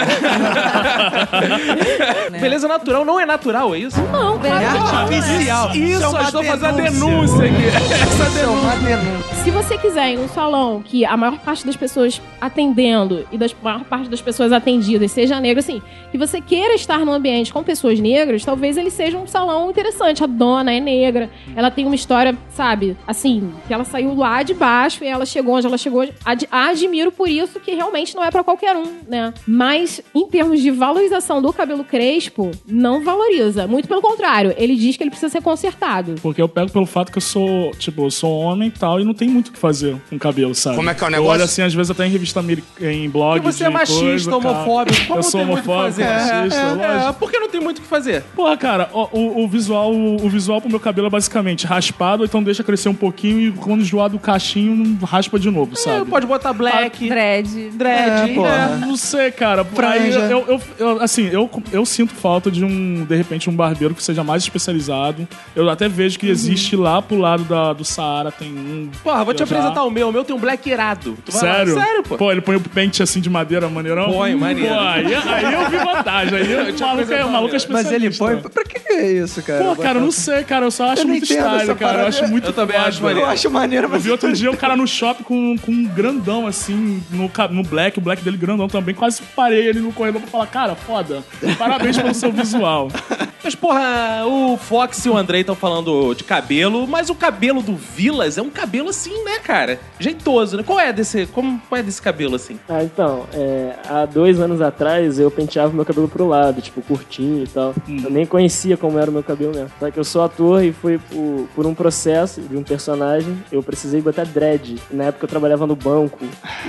Beleza Natural não é natural, é isso? Não, claro que não. Artificial. Isso, é eu uma estou fazendo a denúncia. denúncia aqui. Essa Isso é uma denúncia. denúncia. Se você quiser ir num salão que a maior parte das pessoas atendendo e da maior parte das pessoas atendidas seja negra, assim, que você queira estar num ambiente com pessoas negras, talvez ele seja um salão interessante. A dona é negra, ela tem uma história, sabe, assim, que ela saiu lá de baixo e ela chegou onde ela chegou. Ad admiro por isso, que realmente não é pra qualquer um, né? Mas, em termos de valorização do cabelo crespo, não valoriza. Muito pelo contrário, ele diz que ele precisa ser consertado. Porque eu pego pelo fato que eu sou, tipo, eu sou homem e tal, e não tem muito o que fazer com cabelo, sabe? Como é que é o Eu negócio? olho assim, às vezes até em revista ameri- em blog. Porque você é de machista, coisa, cara. homofóbico. Como Eu não sou tem muito o que homofóbico, fazer? machista, É, é, lógico. por que não tem muito o que fazer? Porra, cara, o, o, o visual, o, o visual pro meu cabelo é basicamente raspado, então deixa crescer um pouquinho e quando enjoar do cachinho, não raspa de novo, É, sabe? pode botar black, Dread. dread. É, porra. é. Não sei, cara. Aí, Franja. eu, eu, eu- assim, eu, eu sinto falta de um, de repente, um barbeiro que seja mais especializado. Eu até vejo que existe lá pro lado da, do Saara, tem um. Porra, vou te Eu já- apresentar o meu. O meu tem um black irado. Tu vai lá. Sério? Sério, pô. ele põe o pente assim de madeira maneirão? Põe, maneiro. Pô, aí, aí eu vi vantagem. Aí Eu o te maluco é, apresentar o maluco é o meu. Mas ele especialista. põe... Pra que que é isso, cara? Pô, cara, eu não sei, cara. Eu só acho Eu não muito entendo style, essa cara. Eu parada. acho muito Eu também foda. acho maneiro. Eu acho maneiro, Eu mas... vi outro dia um cara no shopping com, com um grandão, assim, no, ca- no black, o black dele grandão também. Quase parei ele no corredor pra falar, cara, foda. Parabéns pelo seu visual. Mas, porra, o Fox e o Andrei estão falando de cabelo, mas o cabelo do Vilas é um cabelo assim, né, cara? Jeitoso, né? Qual é desse, como, qual é desse cabelo assim? Ah, então, é, há dois anos atrás eu penteava meu cabelo pro lado, tipo, curtinho e tal. Eu nem conhecia como era o meu cabelo mesmo. Só que eu sou ator e foi por, por um processo de um personagem, eu precisei botar dread. Na época eu trabalhava no banco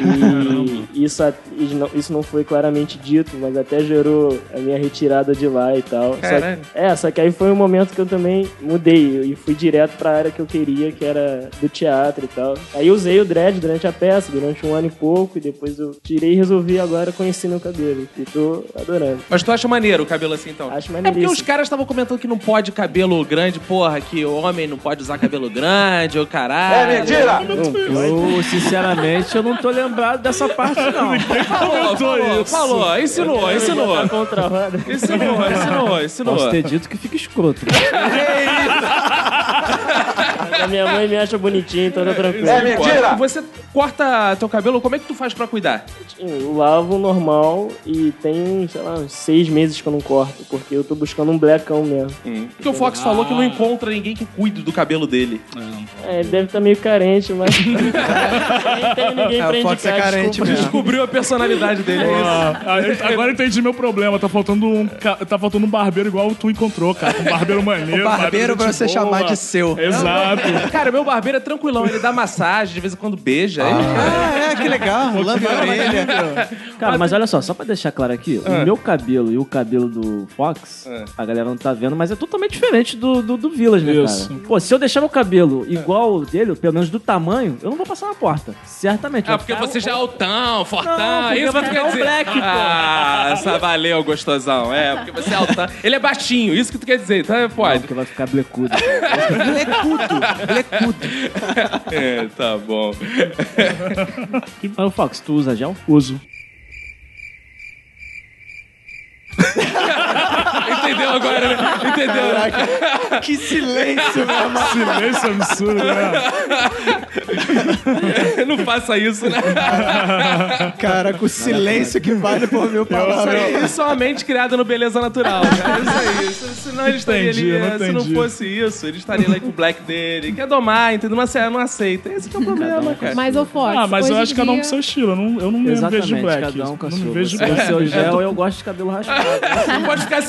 e isso, a- e não- isso não foi claramente dito, mas até gerou a minha retirada de lá e tal. Só Caralho. que, é, só que aí foi um momento que eu também mudei e fui direto pra área que eu queria, que era do teatro e tal. Aí eu usei o dread durante a peça, durante um ano e pouco, e depois eu tirei e resolvi agora conhecer meu cabelo. E tô adorando. Mas tu acha maneiro o cabelo assim, então? Acho É porque maneiríssimo. os caras estavam comentando que não pode cabelo grande, porra, que o homem não pode usar cabelo grande, ou caralho. É mentira! Eu, sinceramente, eu não tô lembrado dessa parte, não. Falou, falou, isso. falou, ensinou, ensinou. Tá contra a roda. Ensinou, ensinou, ensinou. Posso ter dito que fica escroto. A minha mãe me acha bonitinho, então tá tranquilo. É mentira! Você corta teu cabelo, como é que tu faz pra cuidar? Eu lavo normal e tem, sei lá, uns seis meses que eu não corto, porque eu tô buscando um blackão mesmo. Porque o Fox falou que não encontra ninguém que cuide do cabelo dele. É, ele deve estar meio carente, mas nem tem ninguém É, pra o Fox indicar, é carente desculpa. mesmo. Descobriu a personalidade dele, é isso. Ah, aí- agora eu entendi meu problema. Tá faltando um, ca- tá faltando um barbeiro igual tu encontrou, cara. Um barbeiro maneiro. O barbeiro pra gente você boa. chamar de seu. Exato. Cara, meu barbeiro é tranquilão, ele dá massagem, de vez em quando beija. Ele- Ah, é, que legal. Lambe a orelha. Cara, mas olha só, só pra deixar claro aqui, o meu cabelo e o cabelo do Fox, a galera não tá vendo, mas é totalmente diferente do, do, do Village, né, Isso. cara? Pô, se eu deixar meu cabelo igual o dele, pelo menos do tamanho, eu não vou passar na porta. Certamente. Ah, vai porque ficar você um- já é altão, fortão. Não, porque isso vai que tu ficar quer um dizer. black, pô. Ah, essa valeu, gostosão. É, porque você é altão. Ele é baixinho, isso que tu quer dizer. Então, Não, pode. porque vai ficar blecudo. Blecudo. Blecudo. É, tá bom. Mas o Fox, tu usa gel? Uso. Entendeu agora, né? Entendeu? Que silêncio, meu irmão. Silêncio absurdo, né? Não faça isso, né? Caraca, o silêncio que vale por mil Isso palavras. aí, isso é uma mente criada no Beleza Natural, cara. Isso aí. Isso- Senão ele estaria Entendi, ali. não eh, Se não entendi. fosse isso, ele estaria lá com o black dele. Quer domar, entendeu? Não ace- não aceita. Esse que é o problema, cara. Mas, ô Fox, Ah, mas eu hoje acho em que cada um dia- com seu estilo. Eu não, eu não me Exatamente, vejo de black. cada um com a não me sua. vejo Você de com black. seu gel, eu gosto de cabelo raspado. Não pode ficar assim mesmo.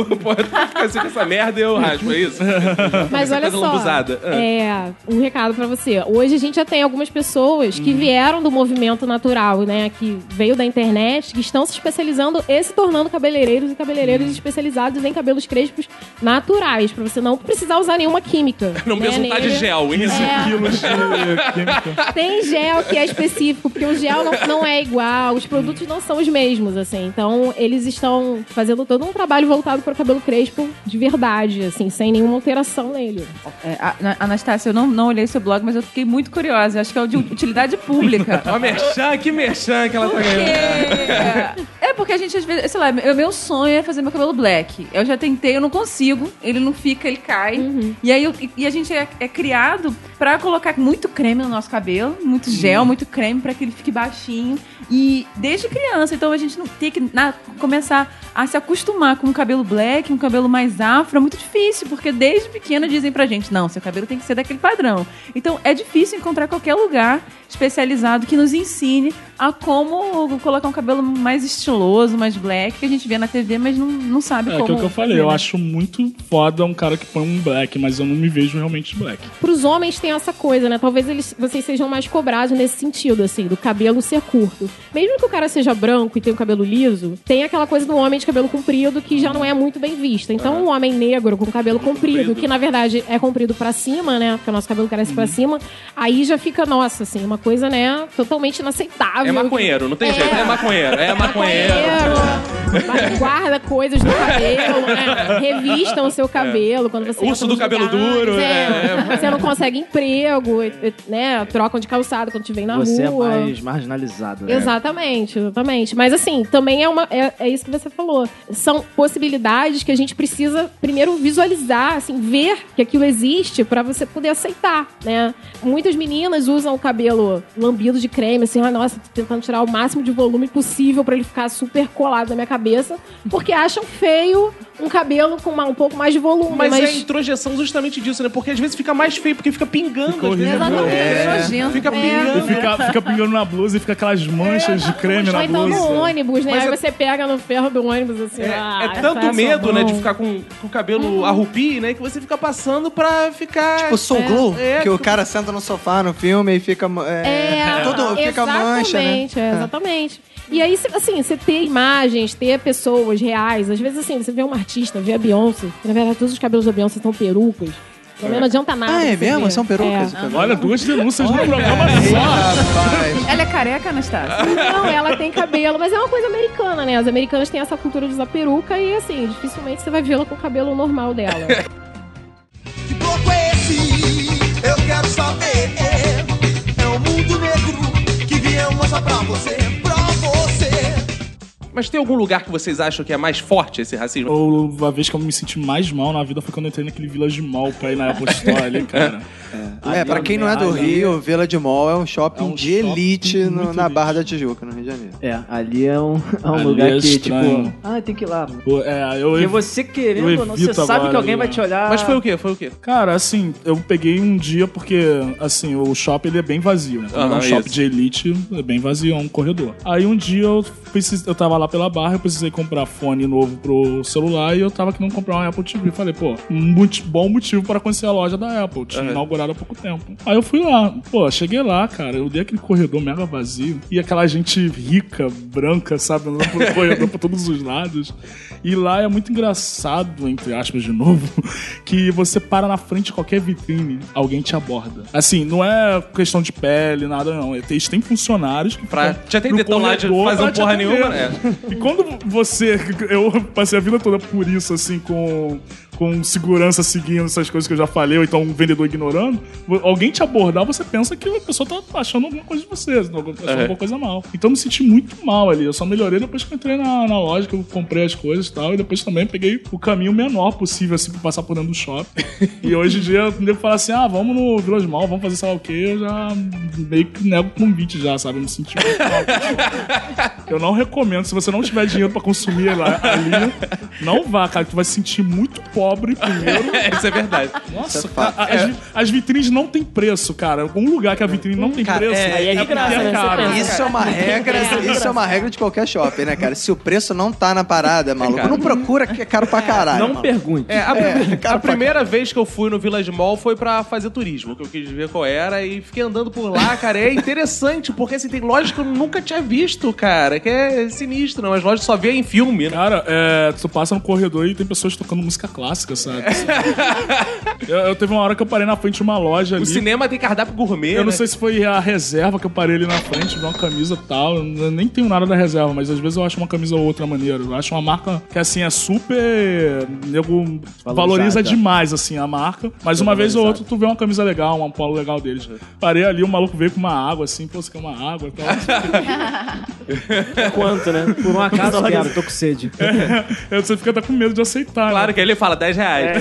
Pô, fica assim com essa merda e eu raspo, é isso? Mas Essa olha coisa só, lambuzada. Ah. é, um recado pra você. Hoje a gente já tem algumas pessoas que Uhum. vieram do movimento natural, né? Que veio da internet, que estão se especializando e se tornando cabeleireiros e cabeleireiros especializados em cabelos crespos naturais, pra você não precisar usar nenhuma química. Não né, mesmo tá de nele. gel, isso. É. Quilos de química. Tem gel que é específico, porque o gel não, não é igual, os produtos não são os mesmos, assim. Então, eles estão fazendo todo um trabalho voltado para o cabelo crespo de verdade, assim, sem nenhuma alteração nele. É, a- a- Anastácia, eu não, não olhei seu blog, mas eu fiquei muito curiosa. Acho que é o de utilidade pública. Ó, merchan, que merchan que ela tá ganhando. Porque... É porque a gente, às vezes, sei lá, o meu sonho é fazer meu cabelo black. Eu já tentei, eu não consigo. Ele não fica, ele cai. E aí eu- e a gente é, é criado pra colocar muito creme no nosso cabelo, muito gel, muito creme pra que ele fique baixinho. E desde criança, então a gente não tem que na- começar a se acostumar com um cabelo black, um cabelo mais afro, é muito difícil, porque desde pequena dizem pra gente, não, seu cabelo tem que ser daquele padrão. Então é difícil encontrar qualquer lugar especializado que nos ensine a como colocar um cabelo mais estiloso, mais black, que a gente vê na T V, mas não, não sabe É como. aquilo que eu falei, fazer, eu né? acho muito foda um cara que põe um black, mas eu não me vejo realmente de black. Pros homens tem essa coisa, né? Talvez eles, vocês sejam mais cobrados nesse sentido, assim, do cabelo ser curto. Mesmo que o cara seja branco e tenha o cabelo liso, tem aquela coisa do homem de cabelo comprido que já não é muito bem vista. Então, um homem negro com cabelo comprido, que na verdade é comprido pra cima, né? Porque o nosso cabelo cresce pra cima, aí já fica, nossa, assim, uma coisa, né? Totalmente inaceitável. É maconheiro, não tem É. jeito. É maconheiro, é maconheiro. Maconheiro, guarda coisas do cabelo, né? Revistam o seu cabelo quando você Urso entra do nos cabelo lugares, duro, é. é. Você não consegue emprego, né? Trocam de calçado quando te vem na Você rua. é mais marginalizado. Né? Exatamente, exatamente. Mas assim, também é, uma, é, é isso que você falou. São possibilidades que a gente precisa primeiro visualizar, assim, ver que aquilo existe pra você poder aceitar, né? Muitas meninas usam o cabelo lambido de creme, assim, ah, nossa, tô tentando tirar o máximo de volume possível pra ele ficar super colado na minha cabeça, porque acham feio um cabelo com uma- um pouco mais de volume. Mas, Mas, é a introjeção justamente disso, né? Porque às vezes fica mais feio, porque fica pingando. Fica às vezes. horrível. Exatamente, É. nojento. Fica É. pingando. E fica, fica pingando na blusa e fica aquelas manchas de creme ou na então blusa. no ônibus, né? Mas Aí é- você pega no ferro do ônibus, assim, É, ah, é tanto essa medo, sua né, mão. de ficar com, com o cabelo arrupie, né, que você fica passando pra ficar... Tipo Soul Glow, É, que o tipo- cara senta no sofá no filme e fica. É, É, todo, fica mancha, né? exatamente, é, exatamente. E aí, cê- assim, você ter imagens, ter pessoas reais. Às vezes, assim, você vê uma artista, vê a Beyoncé, que na verdade todos os cabelos da Beyoncé são perucas. Também não adianta nada. Ah, é você mesmo? ver. São perucas? É. Olha, duas denúncias no programa Ih, só. rapaz. Ela é careca, Anastácia? Não, ela tem cabelo, mas é uma coisa americana, né? As americanas têm essa cultura de usar peruca e, assim, dificilmente você vai vê-la com o cabelo normal dela. Que bloco é esse? Eu quero saber. É um mundo negro que viemos mostrar pra você, pra você. Mas tem algum lugar que vocês acham que é mais forte esse racismo? Ou a vez que eu me senti mais mal na vida foi quando eu entrei naquele Village Mall pra ir na Apple Store ali, cara. É, pra quem não é do Ali- Rio, Village Mall é um shopping É um de shopping elite no- muito na elite. Barra da Tijuca, no Rio de Janeiro. É, ali é um, é um Ali lugar é que, estranho. tipo, ah, tem que ir lá. mano. Pô, É, eu, Porque você querendo eu ou não, você evito sabe agora que alguém ali, vai né? te olhar. Mas foi o quê? Foi o quê? Cara, assim, eu peguei um dia porque, assim, o shopping ele é bem vazio, né? Como Aham, é um shopping isso. de elite, é bem vazio, é um corredor. Aí um dia eu, precis... eu tava lá pela barra, eu precisei comprar fone novo pro celular e eu tava querendo comprar uma Apple T V. Falei, pô, um muito bom motivo para conhecer a loja da Apple. Tinha Aham. inaugurado há pouco tempo. Aí eu fui lá. Pô, cheguei lá, cara, eu dei aquele corredor mega vazio e aquela gente rica, branca, sabe, andando pelo corredor pra todos os lados. E lá é muito engraçado, entre aspas, de novo, que você para na frente de qualquer vitrine, alguém te aborda. Assim, não é questão de pele, nada, não. Eles têm funcionários que Pra ficam te atender, no tão lá de corredor fazendo pra te porra atender. nenhuma, né? E quando você... Eu passei a vida toda por isso, assim, com... com segurança seguindo essas coisas que eu já falei, ou então um vendedor ignorando, alguém te abordar, você pensa que a pessoa tá achando alguma coisa de você, tá achando Uhum. alguma coisa mal. Então eu me senti muito mal ali. Eu só melhorei depois que eu entrei na, na loja, que eu comprei as coisas e tal, e depois também peguei o caminho menor possível, assim, pra passar por dentro do shopping. E hoje em dia, quando eu falo assim, ah, vamos no Village Mall, vamos fazer sei lá o quê, eu já meio que nego o convite já, sabe? Eu me senti muito mal. Eu não recomendo, se você não tiver dinheiro pra consumir lá, ali, não vá, cara, tu vai se sentir muito pobre pobre primeiro. Isso é verdade. Nossa, Isso é cara, fato. as, vi- as vitrines não tem preço, cara. Um lugar que a vitrine não tem Cara, preço. é- Aí é de porque graça, né? Você caro. pensa. Isso é uma regra, isso é uma regra de qualquer shopping, né, cara? Se o preço não tá na parada, maluco, caro. não procura que é caro pra caralho. Não maluco. pergunte. É, a, É, prime- cara, a primeira vez que eu fui no Village Mall foi pra fazer turismo, que eu quis ver qual era, e fiquei andando por lá, cara. É interessante, porque assim, tem lojas que eu nunca tinha visto, cara, que é sinistro, não. As lojas só vê em filme, né? Cara, é, tu passa no corredor e tem pessoas tocando música clássica, sabe? eu, eu teve uma hora que eu parei na frente de uma loja ali. O cinema tem cardápio gourmet, Eu não né? sei se foi a reserva que eu parei ali na frente, vi uma camisa e tal. Eu nem tenho nada da reserva, mas às vezes eu acho uma camisa ou outra maneira. Eu acho uma marca que, assim, é super... Nego valoriza demais, assim, a marca. Mas uma vez ou outra tu vê uma camisa legal, um polo legal deles. Parei ali, o maluco veio com uma água, assim, pô, você quer uma água e tal. Quanto, né? Por um acaso, quero, tô com sede. É, você fica até com medo de aceitar. Claro né? que aí ele fala dez reais.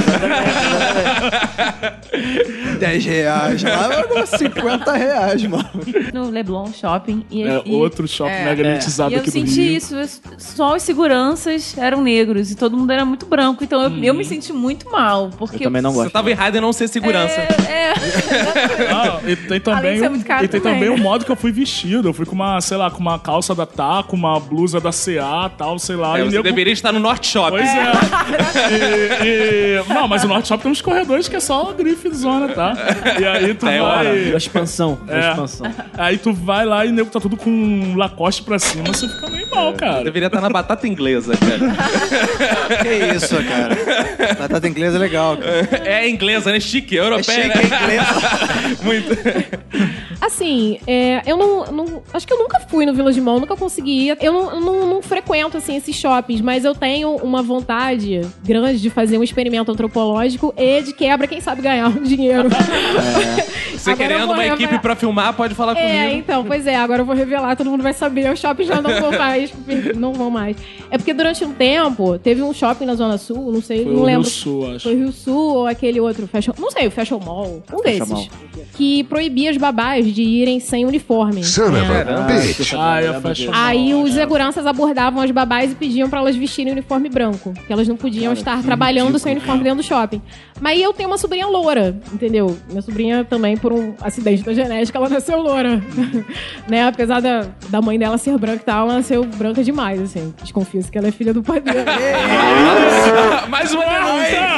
dez reais lá, cinquenta reais, mano. No Leblon Shopping. E, É e- outro shopping é. mega elitizado E eu aqui do senti Rio. isso, só os seguranças eram negros e todo mundo era muito branco. Então eu, eu me senti muito mal. Porque Eu também não Você gosto. tava errado em não ser segurança. É, é. Ah, e tem Além também, de ser o- muito caro e tem também, também né? o modo que eu fui vestido. Eu fui com uma, sei lá, com uma calça da Taco, uma blusa da C A, tal, sei lá. É, e você nego- deveria estar no Norte Shopping. Pois é. E- e- Não, mas o Norte Shopping tem uns corredores que é só grife de zona, tá? E aí tu Tem vai... A expansão. A É. expansão. Aí tu vai lá e o nego tá tudo com um Lacoste pra cima, você fica meio mal, cara. Deveria estar na batata inglesa, cara. Que isso, cara. Batata inglesa é legal, cara. É inglesa, né? Chique, europeia. chique, né? é inglesa. Muito. Assim, é, eu não, não- Acho que eu nunca fui no Village Mall, nunca consegui ir. Eu não, eu não, não frequento, assim, esses shoppings, mas eu tenho uma vontade grande de fazer um experimento antropológico e de quebra, quem sabe ganhar um dinheiro. Você Agora eu querendo vou uma revelar- equipe pra filmar, pode falar É, comigo. então, pois é, agora eu vou revelar, todo mundo vai saber, os shoppings já não vão mais, não vão mais. É porque durante um tempo, teve um shopping na Zona Sul, não sei, Foi não o lembro. Rio Sul, acho. Foi o Rio Sul ou aquele outro Fashion... Não sei, o Fashion Mall. Um desses. Mall. Que proibia as babás de irem sem uniforme. né? Ah, é a fashion. Aí os seguranças abordavam as babás e pediam pra elas vestirem uniforme branco. Que elas não podiam estar trabalhando sem uniforme dentro do shopping. Mas eu tenho uma sobrinha loura, entendeu? Minha sobrinha também, por um acidente da genética, ela nasceu loura. né? Apesar da, da mãe dela ser branca e tal, ela nasceu branca demais, assim. Desconfio-se que ela é filha do pai dela. Mais uma denúncia.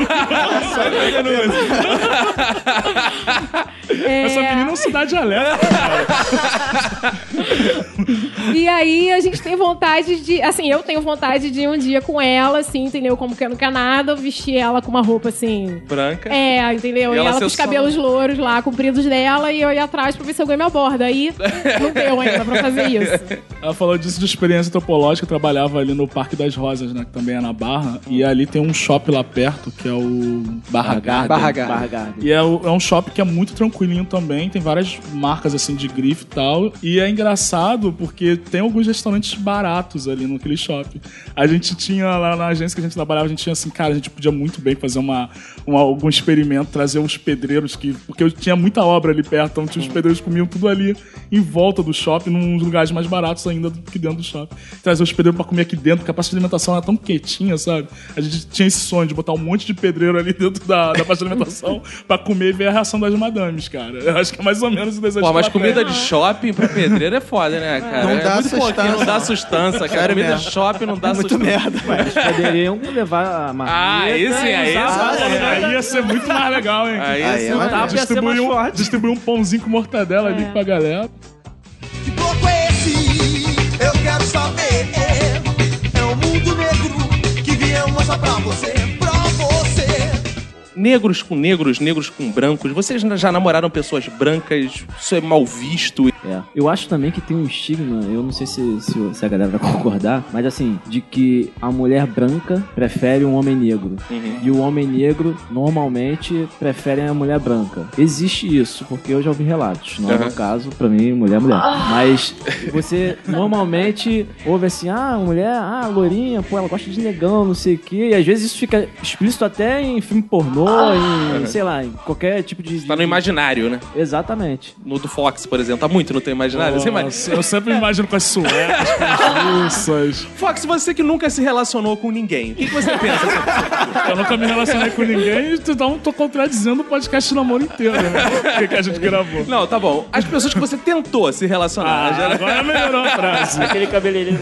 É, Essa menina é um cidade alerta, cara. E aí a gente tem vontade de... Assim, eu tenho vontade de ir um dia com ela, assim, entendeu? Como que eu não quero nada, vestir ela com uma roupa, assim... Branca. É, entendeu? E E ela ela, ser com os só- cabelos louros lá, compridos dela, e eu ir atrás pra ver se alguém me aborda. Aí não deu ainda pra fazer isso. Ela falou disso de experiência antropológica, eu trabalhava ali no Parque das Rosas, né, que também é na Barra, e ali tem um shopping lá perto, que é o Barra Garden. Barra Garden. Barra Garden. E é, o- é um shopping que é muito tranquilinho também, tem várias marcas assim de grife e tal. E é engraçado porque tem alguns restaurantes baratos ali naquele shopping. A gente tinha lá na agência que a gente trabalhava, a gente tinha assim, cara, a gente podia muito bem fazer uma, uma- algum experimento, trazer uns pedreiros que. Porque eu tinha muita obra ali perto, então tinha os pedreiros que comiam tudo ali em volta do shopping, num lugares mais baratos ainda do que dentro do shopping. Trazer os pedreiros pra comer aqui dentro, porque a praça de alimentação era tão quietinha, sabe? A gente tinha esse sonho de botar um monte de pedreiro ali dentro da, da praça de alimentação pra comer e ver a reação das madames, cara. Eu acho que é mais ou menos o desejo Pô, mas que ela comida tem. de shopping pra pedreiro é foda, né, cara? Não é dá muito sustância. pouquinho, não dá sustância, cara. Sério Comida mesmo. de shopping não dá É muito sustância. merda. Eles poderiam levar a marmita. Ah, aí sim, aí usar sim. a É, aí ia ser muito mais legal, hein? Aí Aí sim. é maneiro. ia ser Distribuir mais um, forte. distribuir um pãozinho com mortadela ali pra galera. Que bloco é esse? Eu quero saber. É um mundo negro que viemos mostrar pra você, pra você. Negros com negros, negros com brancos. Vocês já namoraram pessoas brancas? Isso é mal visto. É. Eu acho também que tem um estigma, eu não sei se, se, se a galera vai concordar, mas assim, de que a mulher branca prefere um homem negro. Uhum. E o homem negro, normalmente, prefere a mulher branca. Existe isso, porque eu já ouvi relatos. Não é o Uhum. meu caso, pra mim, mulher é mulher. Mas você normalmente ouve assim, ah, mulher, ah, loirinha, pô, ela gosta de negão, não sei o quê. E às vezes isso fica explícito até em filme pornô, transformou em, sei lá, em qualquer tipo de... Tá no imaginário, né? Exatamente. No do Fox, por exemplo. Tá muito no teu imaginário? Você imagina? Nossa, eu sempre imagino com as suecas, com as russas. Fox, você que nunca se relacionou com ninguém, o que, que você pensa? Eu nunca me relacionei com ninguém, então tô contradizendo o podcast de namoro inteiro, né? O que, que a gente gravou. Não, tá bom. As pessoas que você tentou se relacionar. Ah, já... agora melhorou a frase. Aquele cabeleireiro.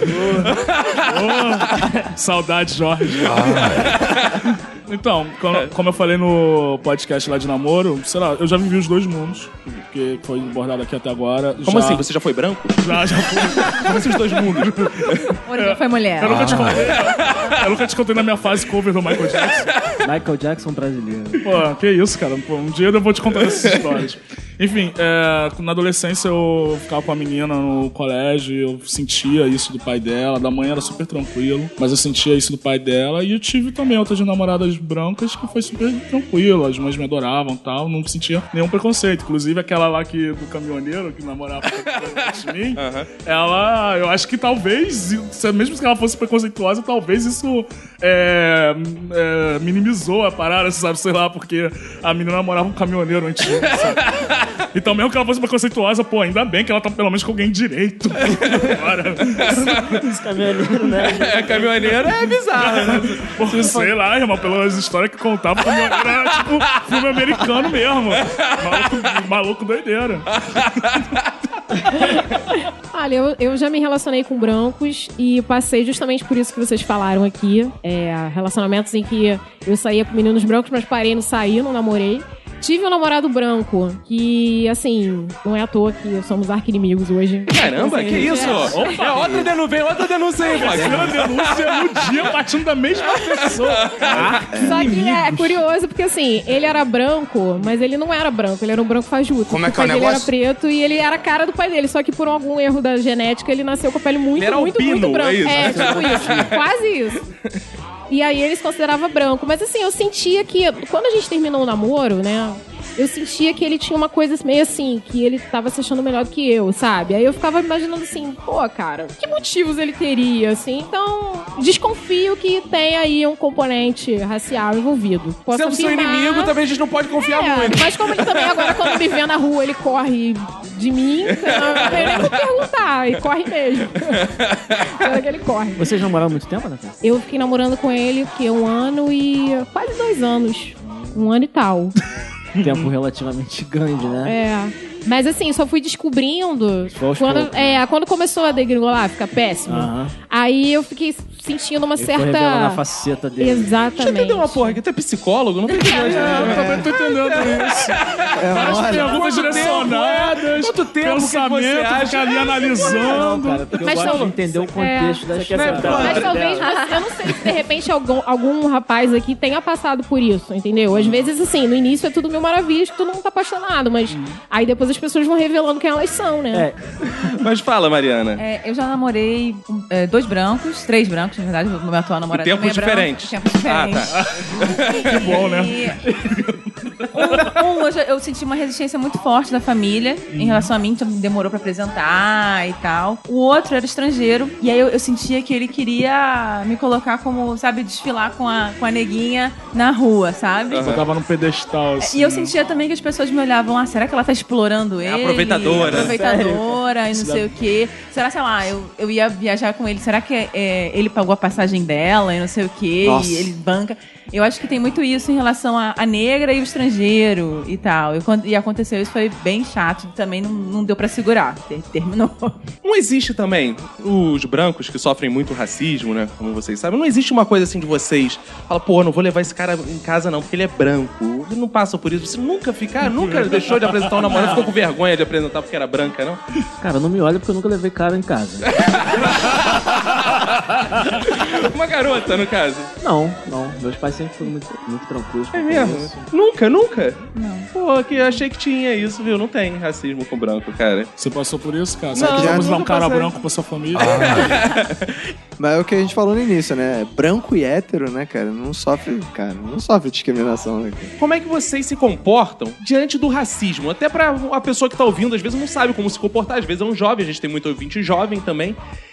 Oh, saudade, Jorge. Então, como, como eu falei no podcast lá de namoro, sei lá, eu já vivi os dois mundos, que foi abordado aqui até agora. Como já... assim? Você já foi branco? Já, já fui. Como assim os dois mundos? Porque foi mulher. Eu nunca te contei, eu nunca te contei na minha fase cover do Michael Jackson. Michael Jackson brasileiro. Pô, que isso, cara. Pô, um dia eu vou te contar essas histórias. Enfim, é, na adolescência eu ficava com a menina no colégio, eu sentia isso do pai dela, da mãe era super tranquilo, mas eu sentia isso do pai dela, e eu tive também outras namoradas brancas que foi super tranquilo, as mães me adoravam e tal, não sentia nenhum preconceito. Inclusive aquela lá que, do caminhoneiro que namorava antes de mim, uhum. ela, eu acho que talvez, mesmo que ela fosse preconceituosa, talvez isso é, é, minimizou a parada, sabe, sei lá, porque a menina namorava um caminhoneiro antigo, sabe? Então, mesmo que ela fosse preconceituosa, pô, ainda bem que ela tá pelo menos com alguém direito. Agora. Esse caminhoneiro, né? É, caminhoneiro é bizarro, né? Pô, sei lá, irmão, pelas histórias que contava, caminhoneiro era tipo filme americano mesmo. Maluco, maluco doideira. Olha, eu, eu já me relacionei com brancos e passei justamente por isso que vocês falaram aqui. É, relacionamentos em que eu saía com meninos brancos, mas parei, não saí, não namorei. Tive um namorado branco, que, assim, não é à toa que somos arqui-inimigos hoje. Caramba, que isso? É. Opa, é outra denúncia, vem outra denúncia aí, Fox. Terceira denúncia no dia partindo da mesma pessoa. Só que é curioso, porque assim, ele era branco, mas ele não era branco, ele era um branco fajuto. Como é que o é o pai dele era negócio? preto e ele era a cara do pai dele, só que por algum erro da genética, ele nasceu com a pele muito, Ele era muito, albino, muito branca. é isso? É, tipo isso, quase isso. E aí ele se considerava branco. Mas assim, eu sentia que, quando a gente terminou o namoro, né... Eu sentia que ele tinha uma coisa meio assim, que ele tava se achando melhor do que eu, sabe? Aí eu ficava imaginando assim, pô, cara, que motivos ele teria, assim? Então, desconfio que tem aí um componente racial envolvido. Posso Sendo seu afirmar... inimigo, também a gente não pode confiar É, muito. mas como ele também agora, quando me vê na rua, ele corre de mim, então não tem nem o que perguntar, e corre mesmo. Será que ele corre? Vocês namoraram muito tempo, Natália? Eu fiquei namorando com ele, que um ano e... quase dois anos. Um ano e tal. Tempo relativamente grande, né? É. Mas assim, só fui descobrindo Só aos quando, poucos, é, né? quando começou a degringolar, ficar péssimo. Aham. Aí eu fiquei sentindo uma Ele foi revelando certa... a faceta dele. Deixa eu Exatamente. entender uma porra aqui. Tu é psicólogo? Não tô entendendo. Eu também tô entendendo isso. Várias olha, perguntas quanto direcionadas, Quanto tempo que pensamento, você acha? fica ali Não, analisando. cara, porque Mas eu gosto são- de entender o contexto da Você quer história. sentar? Mas talvez, você- eu não sei se de repente algum, algum rapaz aqui tenha passado por isso, entendeu? Às vezes, assim, no início é tudo mil maravilhas, que todo mundo tá apaixonado, mas aí depois as pessoas vão revelando quem elas são, né? É, Mas fala, Mariana. É, eu já namorei um, é, dois brancos, três brancos, na verdade, o meu atual namorado Em tempos também é branco, diferentes. em tempos diferentes. Ah, tá. Que bom, né? Um, um, eu, já- eu senti uma resistência muito forte da família em relação a mim, então demorou pra apresentar e tal. O outro era estrangeiro, e aí eu, eu sentia que ele queria me colocar como, sabe, desfilar com a, com a neguinha na rua, sabe? Eu tava num pedestal, assim. E eu sentia também que as pessoas me olhavam, ah, será que ela tá explorando ele? aproveitadora. Aproveitadora e não sei o quê. Será, sei lá, eu, eu ia viajar com ele, será que é, ele pagou a passagem dela e não sei o quê? Nossa. E ele banca. Eu acho que tem muito isso em relação à à negra e o estrangeiro e tal. E, quando- e aconteceu isso, foi bem chato. Também não, não deu pra segurar. Ter- Terminou. Não existe também os brancos que sofrem muito racismo, né? Como vocês sabem. Não existe uma coisa assim de vocês. Fala, pô, não vou levar esse cara em casa não, porque ele é branco. Ele não passa por isso. Você nunca fica, nunca deixou de apresentar um namorado, ficou com vergonha de apresentar porque era branca, não? cara, não me olha porque eu nunca levei cara em casa. Uma garota, no caso. Não, não. Meus pais sempre foram muito, muito tranquilos. É quanto a mesmo? isso. Nunca, nunca? Não. Pô, que eu achei que tinha isso, viu? Não tem racismo com branco, cara. Você passou por isso, cara? Não, Será que vamos dar um nunca cara passei. branco pra sua família? Mas é o que a gente falou no início, né? Branco e hétero, né, cara? Não sofre, cara, não sofre discriminação, né, cara? Como é que vocês se comportam diante do racismo? Até pra a pessoa que tá ouvindo, às vezes não sabe como se comportar. Às vezes é um jovem, a gente tem muito ouvinte jovem também.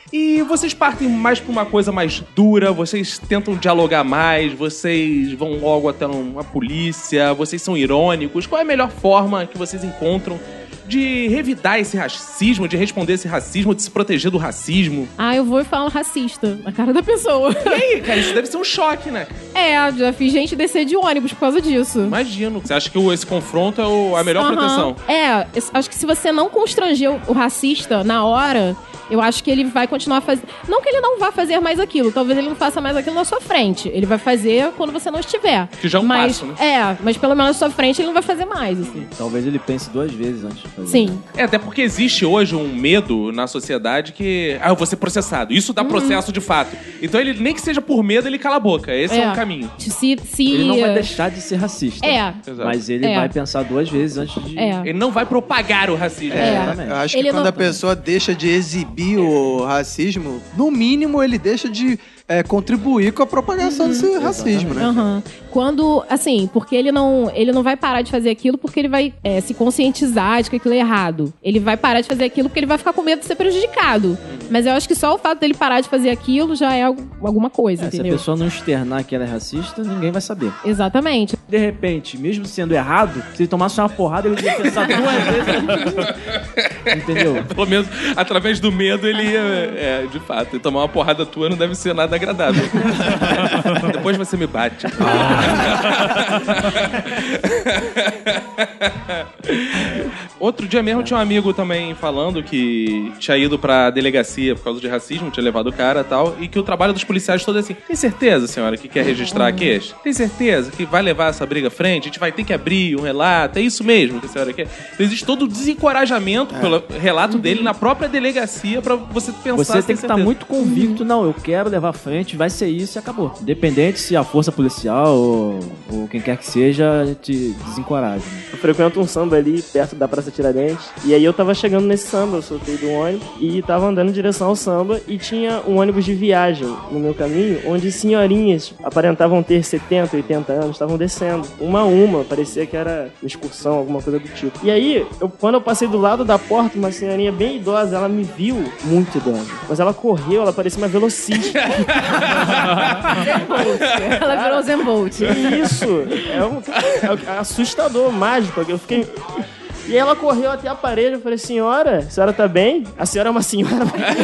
E vocês partem mais pra uma coisa mais dura, vocês tentam dialogar mais, vocês vão logo até uma polícia, vocês são irônicos. Qual é a melhor forma que vocês encontram de revidar esse racismo, de responder esse racismo, de se proteger do racismo? Ah, eu vou e falo racista na cara da pessoa. E aí, cara, isso deve ser um choque, né? É, já fiz gente descer de ônibus por causa disso. Imagino. Você acha que o- esse confronto é o- a melhor Aham. proteção? É, es- acho que se você não constranger o- o racista na hora, eu acho que ele vai continuar fazendo. Não que ele não vá fazer mais aquilo, talvez ele não faça mais aquilo na sua frente. Ele vai fazer quando você não estiver. Que já é um mas, passo, né? É, mas pelo menos na sua frente ele não vai fazer mais, assim. Talvez ele pense duas vezes antes de fazer. Sim. É, até porque existe hoje um medo na sociedade que... Ah, eu vou ser processado. Isso dá processo de fato. Então, ele nem que seja por medo, ele cala a boca. Esse é, É. um caminho. Se, se... Ele não vai deixar de ser racista. É. Exato. Mas ele É. vai pensar duas vezes antes de... É. Ele não vai propagar o racismo. É. Exatamente. Eu acho que Ele quando não- a pessoa deixa de exibir o racismo, no mínimo ele deixa de é, contribuir com a propagação desse racismo, né? Aham. Quando, assim, porque ele não, ele não vai parar de fazer aquilo porque ele vai é, se conscientizar de que aquilo é errado. Ele vai parar de fazer aquilo porque ele vai ficar com medo de ser prejudicado. Mas eu acho que só o fato dele parar de fazer aquilo já é algu- alguma coisa, É, se a entendeu? pessoa não externar que ela é racista, ninguém vai saber. Exatamente. De repente, mesmo sendo errado, se ele tomasse uma porrada, ele ia pensar duas vezes. Entendeu? Pelo menos, através do medo, ele ia... É, de fato. Tomar uma porrada tua não deve ser nada agradável. Depois você me bate. Outro dia mesmo tinha um amigo também falando que tinha ido pra delegacia por causa de racismo, tinha levado o cara e tal, e que o trabalho dos policiais todo é assim: tem certeza, senhora, que quer registrar a queixa? Tem certeza que vai levar essa briga à frente? A gente vai ter que abrir um relato? É isso mesmo que a senhora quer? Então, existe todo o desencorajamento pelo relato dele na própria delegacia pra você pensar Você se tem que estar certeza. muito convicto, não, eu quero levar à frente, vai ser isso e acabou. Independente se a força policial ou, ou quem quer que seja te desencoraja. Né? Eu frequento um samba ali perto da Praça Tiradentes. E aí eu tava chegando nesse samba, eu soltei do ônibus e tava andando em direção ao samba e tinha um ônibus de viagem no meu caminho, onde senhorinhas aparentavam ter setenta, oitenta anos, estavam descendo. Uma a uma, parecia que era uma excursão, alguma coisa do tipo. E aí, eu, quando eu passei do lado da porta, uma senhorinha bem idosa, ela me viu, muito idosa, mas ela correu, ela parecia uma velocista. Ela virou Zembolt. Que isso? É, um, é assustador, mágico. Eu fiquei... E aí ela correu até a parede, eu falei, senhora, a senhora tá bem? A senhora é uma senhora.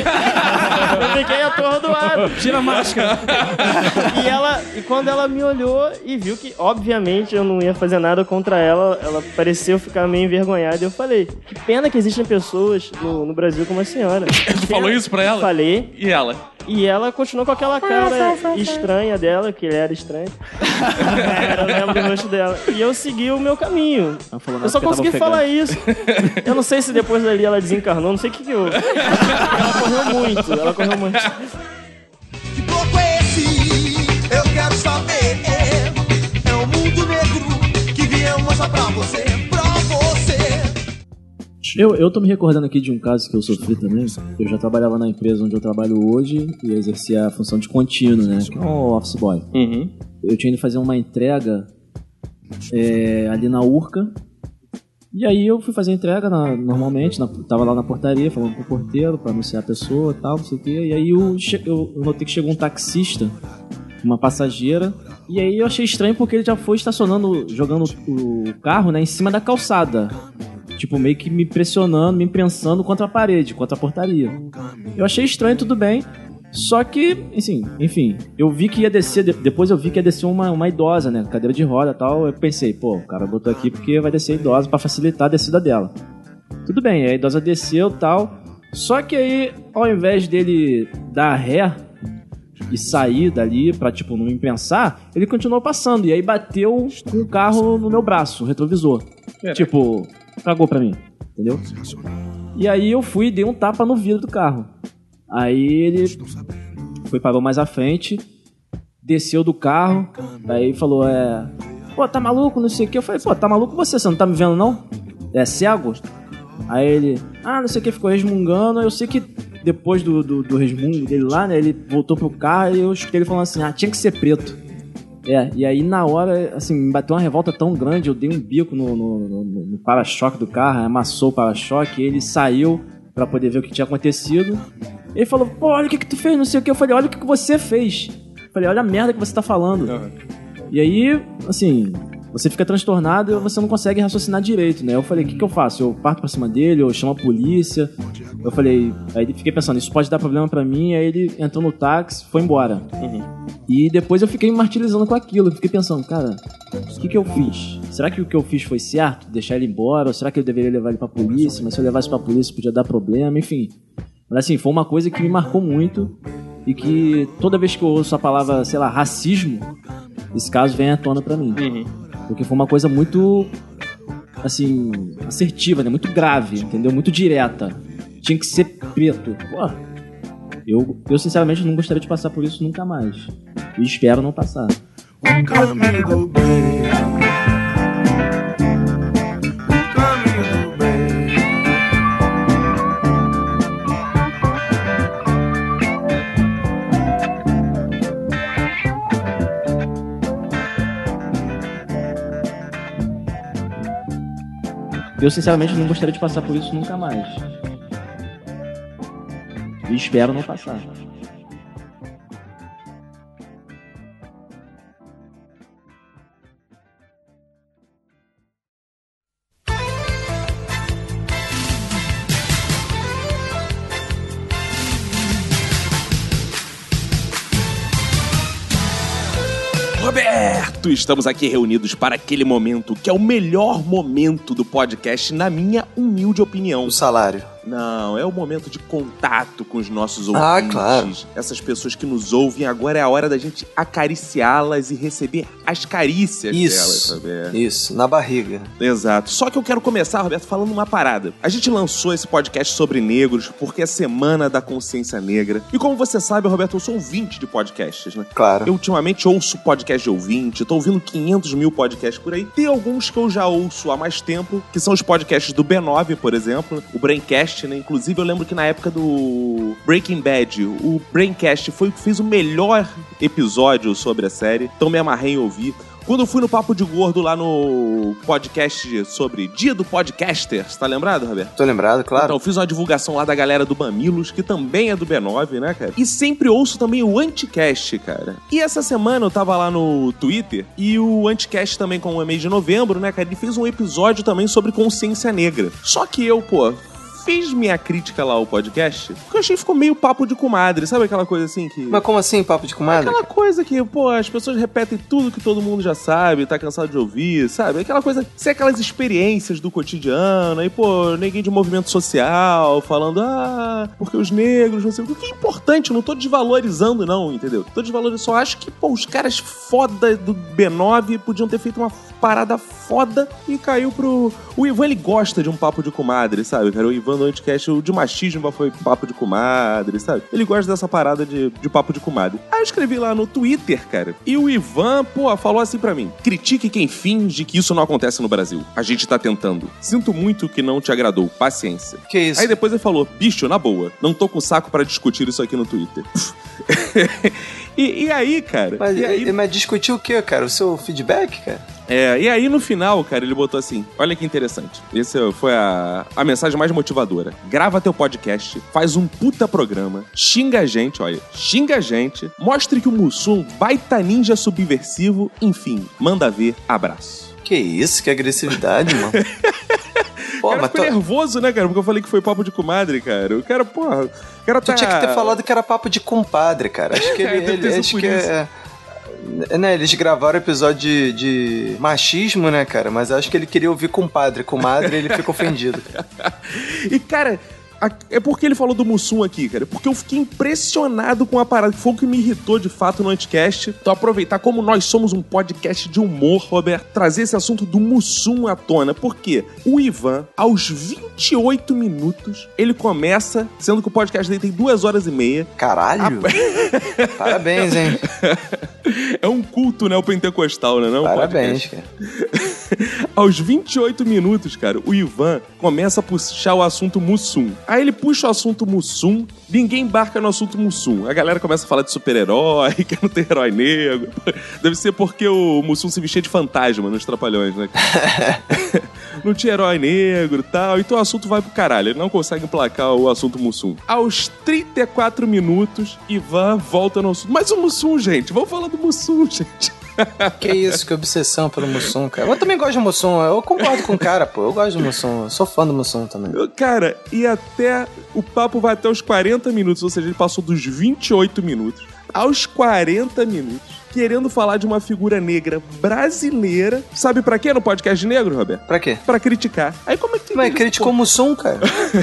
Eu fiquei atordoado. Tira a máscara. E ela, e quando ela me olhou e viu que, obviamente, eu não ia fazer nada contra ela, ela pareceu ficar meio envergonhada. E eu falei, que pena que existem pessoas no, no Brasil como a senhora. Tu falou isso pra ela? Falei. E ela? E ela continuou com aquela cara estranha dela, que ele era estranho. Eu lembro do rosto dela. E eu segui o meu caminho. Ela falou nada Eu só porque consegui tava falar isso. Eu não sei se depois dali ela desencarnou, não sei o que que houve. Ela correu muito, ela correu muito. Que bloco é esse? Eu quero saber. É o mundo negro que viemos mostrar pra você, pra você. Eu, eu tô me recordando aqui de um caso que eu sofri também. Eu já trabalhava na empresa onde eu trabalho hoje e exercia a função de contínuo, né? Que é o office boy. Uhum. Eu tinha ido fazer uma entrega é, ali na Urca. E aí eu fui fazer a entrega na- normalmente, na, tava lá na portaria falando com o porteiro pra anunciar a pessoa e tal, não sei o quê. E aí eu, che- eu, eu notei que chegou um taxista, uma passageira, e aí eu achei estranho porque ele já foi estacionando, jogando o, o carro, né, em cima da calçada. Tipo, meio que me pressionando, me imprensando contra a parede, contra a portaria. Eu achei estranho, tudo bem. Só que, assim, enfim, eu vi que ia descer, de- depois eu vi que ia descer uma, uma idosa, né, cadeira de roda e tal. Eu pensei, pô, o cara botou aqui porque vai descer a idosa pra facilitar a descida dela. Tudo bem, a idosa desceu e tal. Só que aí, ao invés dele dar ré e sair dali pra, tipo, não me imprensar, ele continuou passando. E aí bateu com o carro no meu braço, o retrovisor. Tipo, cagou pra mim, entendeu? E aí eu fui e dei um tapa no vidro do carro. Aí ele foi, parou mais à frente, desceu do carro, aí falou, é... Pô, tá maluco, não sei o que. Eu falei, pô, tá maluco você, você não tá me vendo não? É cego? Aí ele, ah, não sei o que, ficou resmungando. Eu sei que depois do, do, do resmungo dele lá, né, ele voltou pro carro e eu escutei ele falando assim, ah, tinha que ser preto. É, e aí na hora, assim, me bateu uma revolta tão grande, eu dei um bico no, no, no, no para-choque do carro, amassou o para-choque, ele saiu pra poder ver o que tinha acontecido. Ele falou, pô, olha o que que tu fez, não sei o que. Eu falei, olha o que que você fez. Eu falei, olha a merda que você tá falando. Uhum. E aí, assim, você fica transtornado e você não consegue raciocinar direito, né? Eu falei, o que que eu faço? Eu parto pra cima dele, eu chamo a polícia. Eu falei, aí fiquei pensando, isso pode dar problema pra mim. Aí ele entrou no táxi, foi embora. Uhum. E depois eu fiquei me martirizando com aquilo. Eu fiquei pensando, cara, o que que eu fiz? Será que o que eu fiz foi certo? Deixar ele embora? Ou será que eu deveria levar ele pra polícia? Mas se eu levasse pra polícia podia dar problema, enfim. Mas assim, foi uma coisa que me marcou muito. E que toda vez que eu ouço a palavra, sei lá, racismo, esse caso vem à tona pra mim. Uhum. Porque foi uma coisa muito, assim, assertiva, né? Muito grave, entendeu? Muito direta. Tinha que ser preto. Pô, eu, eu sinceramente não gostaria de passar por isso nunca mais. E espero não passar. Um caminho bem. Eu, sinceramente, não gostaria de passar por isso nunca mais. E espero não passar. Roberto, estamos aqui reunidos para aquele momento que é o melhor momento do podcast, na minha humilde opinião. O salário. Não, é o momento de contato com os nossos ouvintes. Ah, claro. Essas pessoas que nos ouvem, agora é a hora da gente acariciá-las e receber as carícias isso, delas, Roberto. Isso, na barriga. Exato. Só que eu quero começar, Roberto, falando uma parada. A gente lançou esse podcast sobre negros porque é Semana da Consciência Negra. E como você sabe, Roberto, eu sou ouvinte de podcasts, né? Claro. Eu ultimamente ouço podcast de ouvinte, tô ouvindo quinhentos mil podcasts por aí. Tem alguns que eu já ouço há mais tempo, que são os podcasts do B nove, por exemplo, o Braincast, né? Inclusive, eu lembro que na época do Breaking Bad, o Braincast foi o que fez o melhor episódio sobre a série, então me amarrei em ouvir. Quando eu fui no Papo de Gordo lá no podcast sobre Dia do Podcaster, você tá lembrado, Roberto? Tô lembrado, claro. Então, eu fiz uma divulgação lá da galera do Mamilos, que também é do B nove, né, cara? E sempre ouço também o Anticast, cara. E essa semana eu tava lá no Twitter e o Anticast também, com o mês de novembro, né, cara? Ele fez um episódio também sobre consciência negra. Só que eu, pô... fiz minha crítica lá ao podcast, porque eu achei que ficou meio papo de comadre, sabe aquela coisa assim que... Mas como assim, papo de comadre? Aquela coisa que, pô, as pessoas repetem tudo que todo mundo já sabe, tá cansado de ouvir, sabe? Aquela coisa, sem aquelas experiências do cotidiano, aí, pô, ninguém de movimento social, falando, ah, porque os negros, não sei o que é importante, não tô desvalorizando não, entendeu? Tô desvalorizando, só acho que, pô, os caras foda do B nove podiam ter feito uma parada foda e caiu pro... O Ivan, ele gosta de um papo de comadre, sabe, cara? O Ivan no Anticast, o de machismo foi papo de comadre, sabe? Ele gosta dessa parada de, de papo de comadre. Aí eu escrevi lá no Twitter, cara, e o Ivan, pô, falou assim pra mim: critique quem finge que isso não acontece no Brasil. A gente tá tentando. Sinto muito que não te agradou. Paciência. Que isso? Aí depois ele falou: bicho, na boa, não tô com saco pra discutir isso aqui no Twitter. e, e aí, cara... Mas, e aí... mas discutir o quê, cara? O seu feedback, cara? É, e aí no final, cara, ele botou assim: olha que interessante. Essa foi a, a mensagem mais motivadora. Grava teu podcast, faz um puta programa, xinga a gente, olha, xinga a gente, mostre que o Mussum baita ninja subversivo, enfim, manda ver, abraço. Que isso, que agressividade, mano. Pô, o cara ficou tô... nervoso, né, cara? Porque eu falei que foi papo de comadre, cara. O cara, porra... O cara tá... Tu tinha que ter falado que era papo de compadre, cara. Acho que ele... ele acho que é... Né, eles gravaram o episódio de, de machismo, né, cara? Mas acho que ele queria ouvir compadre. Comadre, ele fica ofendido. E, cara... É porque ele falou do Mussum aqui, cara. Porque eu fiquei impressionado com a parada. Foi o que me irritou, de fato, no Anticast. Então, aproveitar, como nós somos um podcast de humor, Roberto, trazer esse assunto do Mussum à tona. Por quê? O Ivan, aos vinte e oito minutos, ele começa, sendo que o podcast dele tem duas horas e meia. Caralho! A... Parabéns, hein? É um culto, né? O pentecostal, né? Não? Parabéns, cara. Aos vinte e oito minutos, cara, o Ivan começa a puxar o assunto Mussum. Aí ele puxa o assunto Mussum, ninguém embarca no assunto Mussum. A galera começa a falar de super-herói, que não tem herói negro. Deve ser porque o Mussum se vestia de fantasma nos Trapalhões, né? não tinha herói negro e tal, então o assunto vai pro caralho. Ele não consegue emplacar o assunto Mussum. Aos trinta e quatro minutos, Ivan volta no assunto. Mas o Mussum, gente, vamos falar do Mussum, gente. Que isso, que obsessão pelo Mussum, cara. Eu também gosto de Mussum, eu concordo com o cara, pô. Eu gosto do Mussum, eu sou fã do Mussum também. Cara, e até... O papo vai até os quarenta minutos, ou seja, ele passou dos vinte e oito minutos aos quarenta minutos, querendo falar de uma figura negra brasileira. Sabe pra quê no podcast de negro, Roberto? Pra quê? Pra criticar. Aí como é que... Mas criticou o Mussum, cara?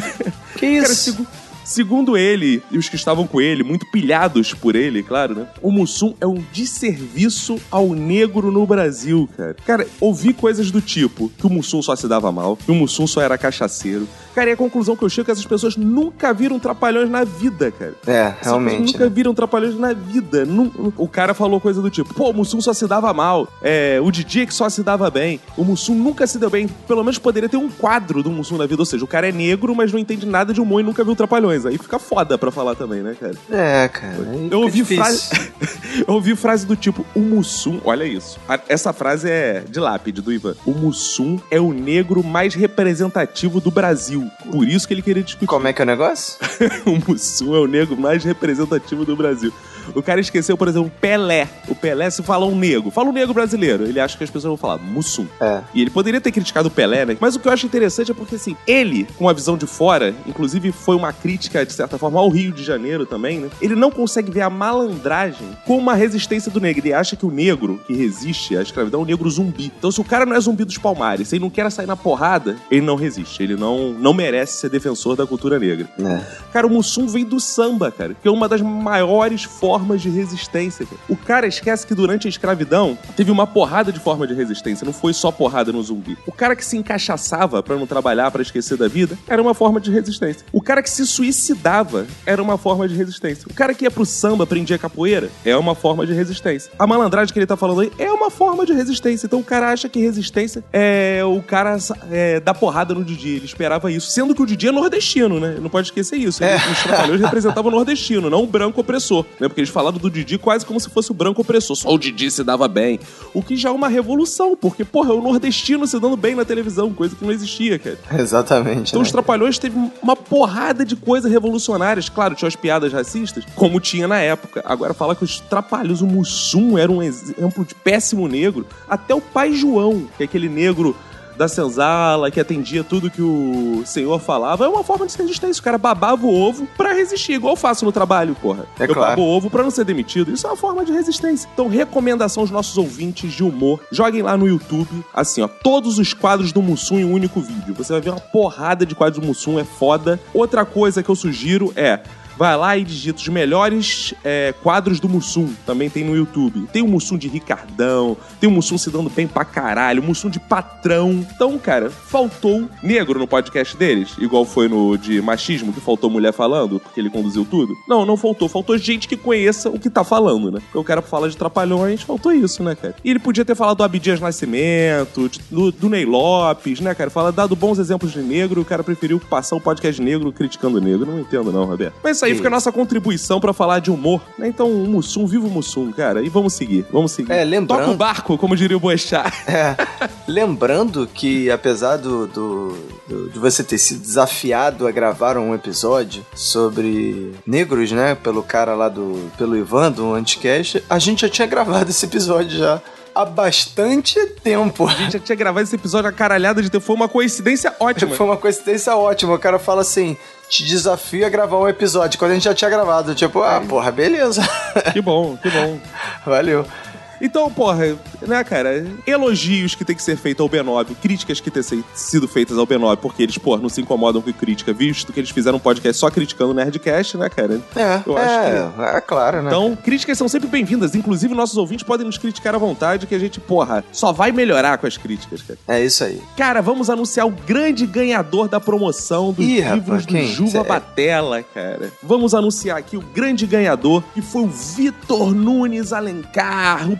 Que isso? Cara, segu... Segundo ele, e os que estavam com ele, muito pilhados por ele, claro, né? O Mussum é um desserviço ao negro no Brasil, cara. Cara, ouvi coisas do tipo que o Mussum só se dava mal, que o Mussum só era cachaceiro. Cara, e a conclusão que eu chego é que essas pessoas nunca viram Trapalhões na vida, cara. É, realmente. Nunca né? viram viram Trapalhões na vida. O cara falou coisa do tipo, pô, o Mussum só se dava mal. É, o Didi que só se dava bem. O Mussum nunca se deu bem. Pelo menos poderia ter um quadro do Mussum na vida. Ou seja, o cara é negro, mas não entende nada de humor e nunca viu Trapalhões. Aí fica foda pra falar também, né, cara? É, cara. Eu ouvi frase... Eu ouvi frase do tipo, o Mussum... Olha isso. Essa frase é de lápide, do Ivan. O Mussum é o negro mais representativo do Brasil. Por isso que ele queria discutir. Como é que é o negócio? O Mussum é o negro mais representativo do Brasil. O cara esqueceu, por exemplo, Pelé. O Pelé, se fala um negro, fala um negro brasileiro, ele acha que as pessoas vão falar Mussum. É. E ele poderia ter criticado o Pelé, né? Mas o que eu acho interessante é porque, assim, ele, com a visão de fora, inclusive foi uma crítica, de certa forma, ao Rio de Janeiro também, né? Ele não consegue ver a malandragem como uma resistência do negro. Ele acha que o negro que resiste à escravidão é um negro zumbi. Então, se o cara não é zumbi dos Palmares, se ele não quer sair na porrada, ele não resiste. Ele não, não merece ser defensor da cultura negra. É. Cara, o Mussum vem do samba, cara, que é uma das maiores formas de resistência, cara. O cara esquece que durante a escravidão teve uma porrada de forma de resistência, não foi só porrada no zumbi. O cara que se encaixaçava pra não trabalhar, pra esquecer da vida, era uma forma de resistência. O cara que se suicidava era uma forma de resistência. O cara que ia pro samba, prendia capoeira, é uma forma de resistência. A malandragem que ele tá falando aí é uma forma de resistência. Então o cara acha que resistência é o cara é, dar porrada no Didi. Ele esperava isso. Sendo que o Didi é nordestino, né? Não pode esquecer isso. Ele, é. Os Trapalhões representavam o nordestino, não o branco opressor, né? Porque eles falaram do Didi quase como se fosse o branco opressor. Só o Didi se dava bem. O que já é uma revolução, porque, porra, é o nordestino se dando bem na televisão, coisa que não existia, cara. Exatamente. Então né? os Trapalhões teve uma porrada de coisas revolucionárias. Claro, tinha as piadas racistas, como tinha na época. Agora, falar que os Trapalhões, o Mussum era um exemplo de péssimo negro. Até o Pai João, que é aquele negro da senzala, que atendia tudo que o senhor falava, é uma forma de resistência. O cara babava o ovo pra resistir, igual eu faço no trabalho, porra. É eu claro. babo o ovo pra não ser demitido. Isso é uma forma de resistência. Então, recomendação aos nossos ouvintes de humor. Joguem lá no YouTube, assim, ó, todos os quadros do Mussum em um único vídeo. Você vai ver uma porrada de quadros do Mussum, é foda. Outra coisa que eu sugiro é... vai lá e digita os melhores é, quadros do Mussum. Também tem no YouTube. Tem o Mussum de Ricardão, tem o Mussum se dando bem pra caralho, o Mussum de patrão. Então, cara, faltou negro no podcast deles, igual foi no de machismo, que faltou mulher falando, porque ele conduziu tudo. Não, não faltou. Faltou gente que conheça o que tá falando, né? Porque o cara fala de Trapalhões, faltou isso, né, cara? E ele podia ter falado do Abdias Nascimento, de, do, do Ney Lopes, né, cara? Fala, dado bons exemplos de negro, o cara preferiu passar o podcast negro criticando o negro. Não entendo não, Roberto. Mas isso aí Aí fica a nossa contribuição pra falar de humor, né? Então, o Mussum, viva o Mussum, cara. E vamos seguir, vamos seguir. É, lembrando... Toca o barco, como diria o Boechat. É, lembrando que, apesar do, do, do, de você ter sido desafiado a gravar um episódio sobre negros, né? Pelo cara lá do... pelo Ivan, do Anticast, a gente já tinha gravado esse episódio já há bastante tempo. A gente já tinha gravado esse episódio a caralhada de tempo. Foi uma coincidência ótima. Foi uma coincidência ótima. O cara fala assim... te desafio a gravar um episódio, quando a gente já tinha gravado. Tipo, ah, porra, beleza. Que bom, que bom. Valeu. Então, porra, né, cara, elogios que tem que ser feito ao B nove, críticas que tem sido feitas ao B nove, porque eles, porra, não se incomodam com crítica, visto que eles fizeram um podcast só criticando o Nerdcast, né, cara? É, eu é, acho que... é claro, né? Então, críticas são sempre bem-vindas, inclusive nossos ouvintes podem nos criticar à vontade, que a gente, porra, só vai melhorar com as críticas, cara. É isso aí. Cara, vamos anunciar o grande ganhador da promoção dos Ih, livros rapaz, do quem? Juba Cê... Batella, cara. Vamos anunciar aqui o grande ganhador, que foi o Vitor Nunes Alencar, o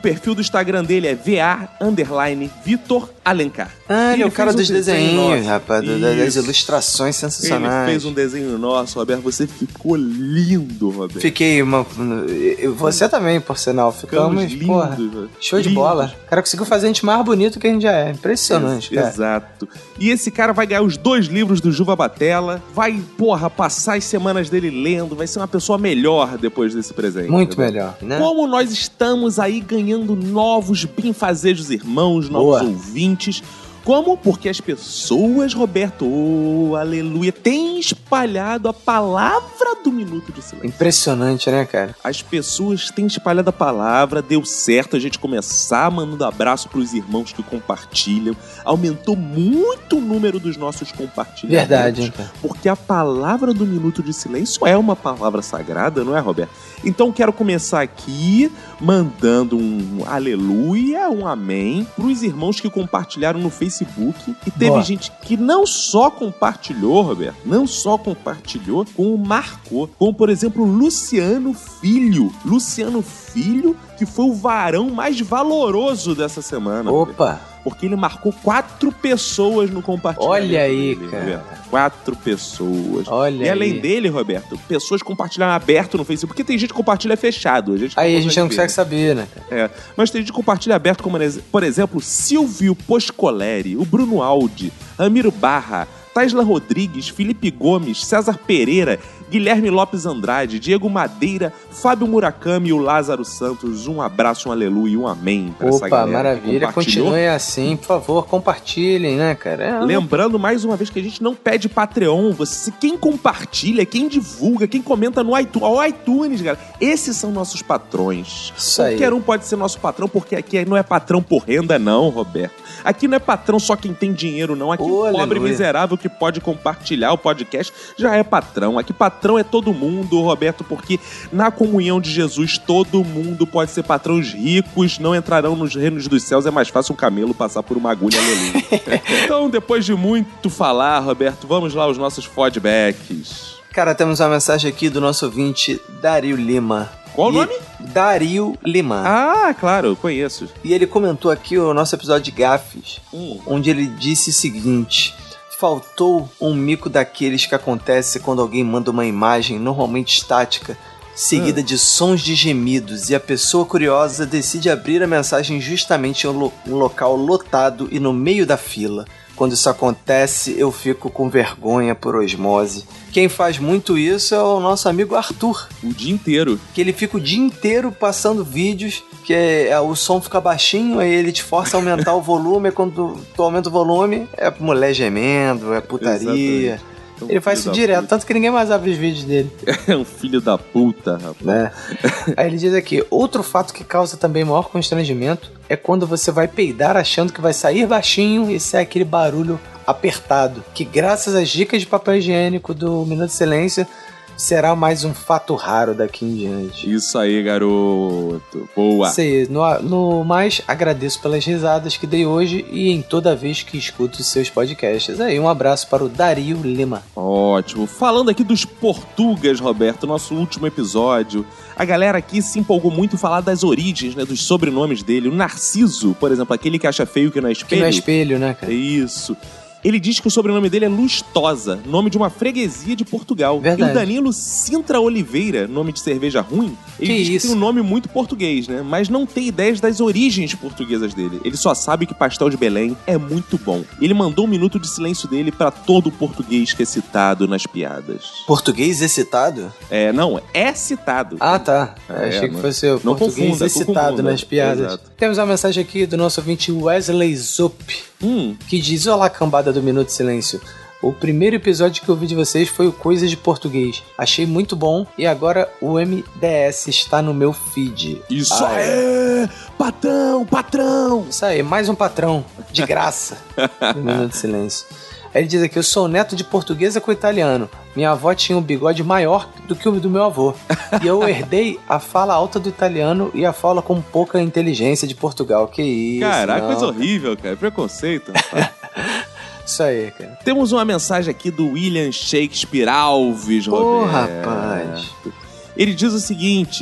perfil do Instagram dele é V A underline Vitor Alencar. Ah, ele é o cara um dos desenhos, rapaz, das, das Isso. ilustrações sensacionais. Ele fez um desenho nosso, Roberto. Você ficou lindo, Roberto. Fiquei uma... Você também, por sinal. Ficamos, Ficamos porra, lindos, show de lindos. bola. O cara conseguiu fazer a gente mais bonito que a gente já é. Impressionante, Ex- cara. Exato. E esse cara vai ganhar os dois livros do Juva Batella, vai, porra, passar as semanas dele lendo, vai ser uma pessoa melhor depois desse presente. Muito entendeu? melhor, né? Como nós estamos aí ganhando novos benfazejos irmãos, novos Boa. ouvintes. Como? Porque as pessoas, Roberto, oh, aleluia, têm espalhado a palavra do Minuto de Silêncio. Impressionante, né, cara? As pessoas têm espalhado a palavra, deu certo a gente começar mandando abraço pros irmãos que compartilham. Aumentou muito o número dos nossos compartilhamentos. Verdade, hein, cara? Porque a palavra do Minuto de Silêncio é uma palavra sagrada, não é, Roberto? Então quero começar aqui mandando um aleluia, um amém pros irmãos que compartilharam no Facebook. E teve Boa. gente que não só compartilhou, Roberto, não só compartilhou, como marcou. Como, por exemplo, Luciano Filho. Luciano Filho, que foi o varão mais valoroso dessa semana. Opa! Roberto. Porque ele marcou quatro pessoas no compartilhamento. Olha aí, dele, cara. Roberto. Quatro pessoas. Olha e além aí. dele, Roberto, pessoas compartilharam aberto no Facebook. Porque tem gente que compartilha fechado. A gente Aí a gente não ver, consegue né? saber, né, cara? É, mas tem gente que compartilha aberto, como, por exemplo, Silvio Poscoleri, o Bruno Aldi, Ramiro Barra, Taisla Rodrigues, Felipe Gomes, César Pereira, Guilherme Lopes Andrade, Diego Madeira, Fábio Murakami e o Lázaro Santos. Um abraço, um aleluia e um amém pra essa Opa, galera que maravilha. compartilhou. Continue assim, por favor, compartilhem, né, cara? É, Lembrando mais uma vez que a gente não pede Patreon. Você, quem compartilha, quem divulga, quem comenta no iTunes, ao iTunes, galera, esses são nossos patrões. Isso aí. Qualquer um pode ser nosso patrão, porque aqui não é patrão por renda, não, Roberto. Aqui não é patrão só quem tem dinheiro, não. Aqui Oh, o pobre aleluia. miserável que pode compartilhar o podcast já é patrão. Aqui patrão é todo mundo, Roberto, porque na comunhão de Jesus todo mundo pode ser patrão. Os ricos não entrarão nos reinos dos céus. É mais fácil um camelo passar por uma agulha, aleluia. Então, depois de muito falar, Roberto, vamos lá aos nossos feedbacks. Cara, temos uma mensagem aqui do nosso ouvinte, Dario Lima. Qual o E- nome? Dario Lima. Ah, claro, eu conheço. E ele comentou aqui o nosso episódio de Gafes, Hum. onde ele disse o seguinte: faltou um mico daqueles que acontece quando alguém manda uma imagem, normalmente estática, seguida de sons de gemidos, e a pessoa curiosa decide abrir a mensagem justamente em um, lo- um local lotado e no meio da fila. Quando isso acontece, eu fico com vergonha por osmose. Quem faz muito isso é o nosso amigo Arthur. O dia inteiro. Que ele fica o dia inteiro passando vídeos que é, o som fica baixinho, aí ele te força a aumentar o volume, e quando tu aumenta o volume, é mulher gemendo, é putaria. Exatamente. É um Ele faz isso filho da direto, puta. tanto que ninguém mais abre os vídeos dele, É um filho da puta, rapaz. né? Aí ele diz aqui, outro fato que causa também maior constrangimento é quando você vai peidar achando que vai sair baixinho e sai aquele barulho apertado, que graças às dicas de papel higiênico do Minuto de Silêncio, será mais um fato raro daqui em diante. Isso aí, garoto. Boa. Isso aí. No, no mais, agradeço pelas risadas que dei hoje e em toda vez que escuto os seus podcasts. Aí, um abraço para o Dario Lima. Ótimo. Falando aqui dos portugas, Roberto, nosso último episódio, a galera aqui se empolgou muito em falar das origens, né, dos sobrenomes dele. O Narciso, por exemplo, aquele que acha feio que não é Que espelho. não é espelho, né, cara? É isso. Ele diz que o sobrenome dele é Lustosa, nome de uma freguesia de Portugal. Verdade. E o Danilo Sintra Oliveira, nome de cerveja ruim, ele Que diz isso? que tem um nome muito português, né? Mas não tem ideias das origens portuguesas dele. Ele só sabe que pastel de Belém é muito bom. Ele mandou um minuto de silêncio dele pra todo o português que é citado nas piadas. Português excitado? É, não, é citado. Ah, tá. É, Achei não- que fosse o não português confunda, excitado confunda. nas piadas. Exato. Temos uma mensagem aqui do nosso ouvinte Wesley Zup, Hum, que diz, olá, cambada do Minuto de Silêncio. O primeiro episódio que eu vi de vocês foi o Coisas de Português. Achei muito bom e agora o M D S está no meu feed. isso Ah, aí! Patrão, patrão! Isso aí, mais um patrão, de graça, do Minuto de Silêncio. Aí ele diz aqui, eu sou neto de portuguesa com italiano. Minha avó tinha um bigode maior do que o do meu avô. E eu herdei a fala alta do italiano e a fala com pouca inteligência de Portugal. Que isso, Caraca, não. coisa horrível, cara. Preconceito, rapaz. Isso aí, cara. Temos uma mensagem aqui do William Shakespeare Alves, Ô, Roberto. rapaz. Ele diz o seguinte,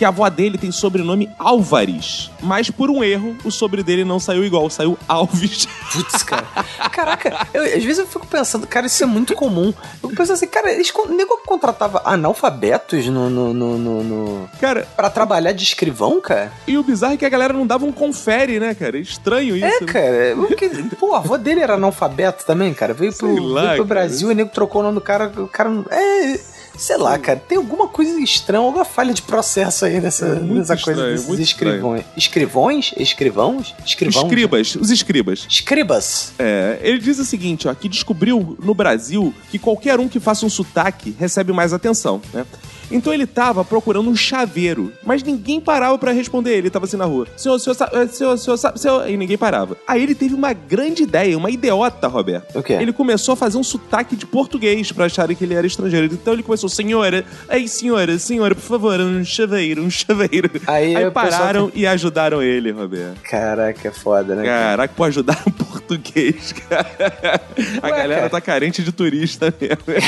que a avó dele tem sobrenome Álvares, mas por um erro, o sobre dele não saiu igual, saiu Alves. Putz, cara. Caraca, eu, às vezes eu fico pensando, cara, isso é muito comum. Eu fico pensando assim, cara, eles, o nego contratava analfabetos no, no, no, no, no... Cara, pra trabalhar de escrivão, cara? E o bizarro é que a galera não dava um confere, né, cara? É estranho isso. É, né? cara. Porque, pô, a avó dele era analfabeto também, cara. Veio pro, lá, veio pro cara. Brasil e o nego trocou o nome do cara. O cara não... É... Sei lá, cara, tem alguma coisa estranha, alguma falha de processo aí nessa, É muito nessa coisa estranho, desses muito escrivões. Escrivões? Escrivãos? Escrivãos? Escribas, os escribas. Escribas. É, ele diz o seguinte, ó, que descobriu no Brasil que qualquer um que faça um sotaque recebe mais atenção, né? Então ele tava procurando um chaveiro, mas ninguém parava pra responder ele. Ele tava assim na rua. Senhor, senhor, senhor, senhor, senhor, senhor, senhor... E ninguém parava. Aí ele teve uma grande ideia, uma idiota, Roberto. O quê? Ele começou a fazer um sotaque de português pra acharem que ele era estrangeiro. Então ele começou, senhora, ei, senhora, senhora, por favor, um chaveiro, um chaveiro. Aí, Aí o pararam pessoal... e ajudaram ele, Roberto. Caraca, é foda, né? Caraca, pô, ajudaram português, cara. A Ué, galera cara. tá carente de turista mesmo.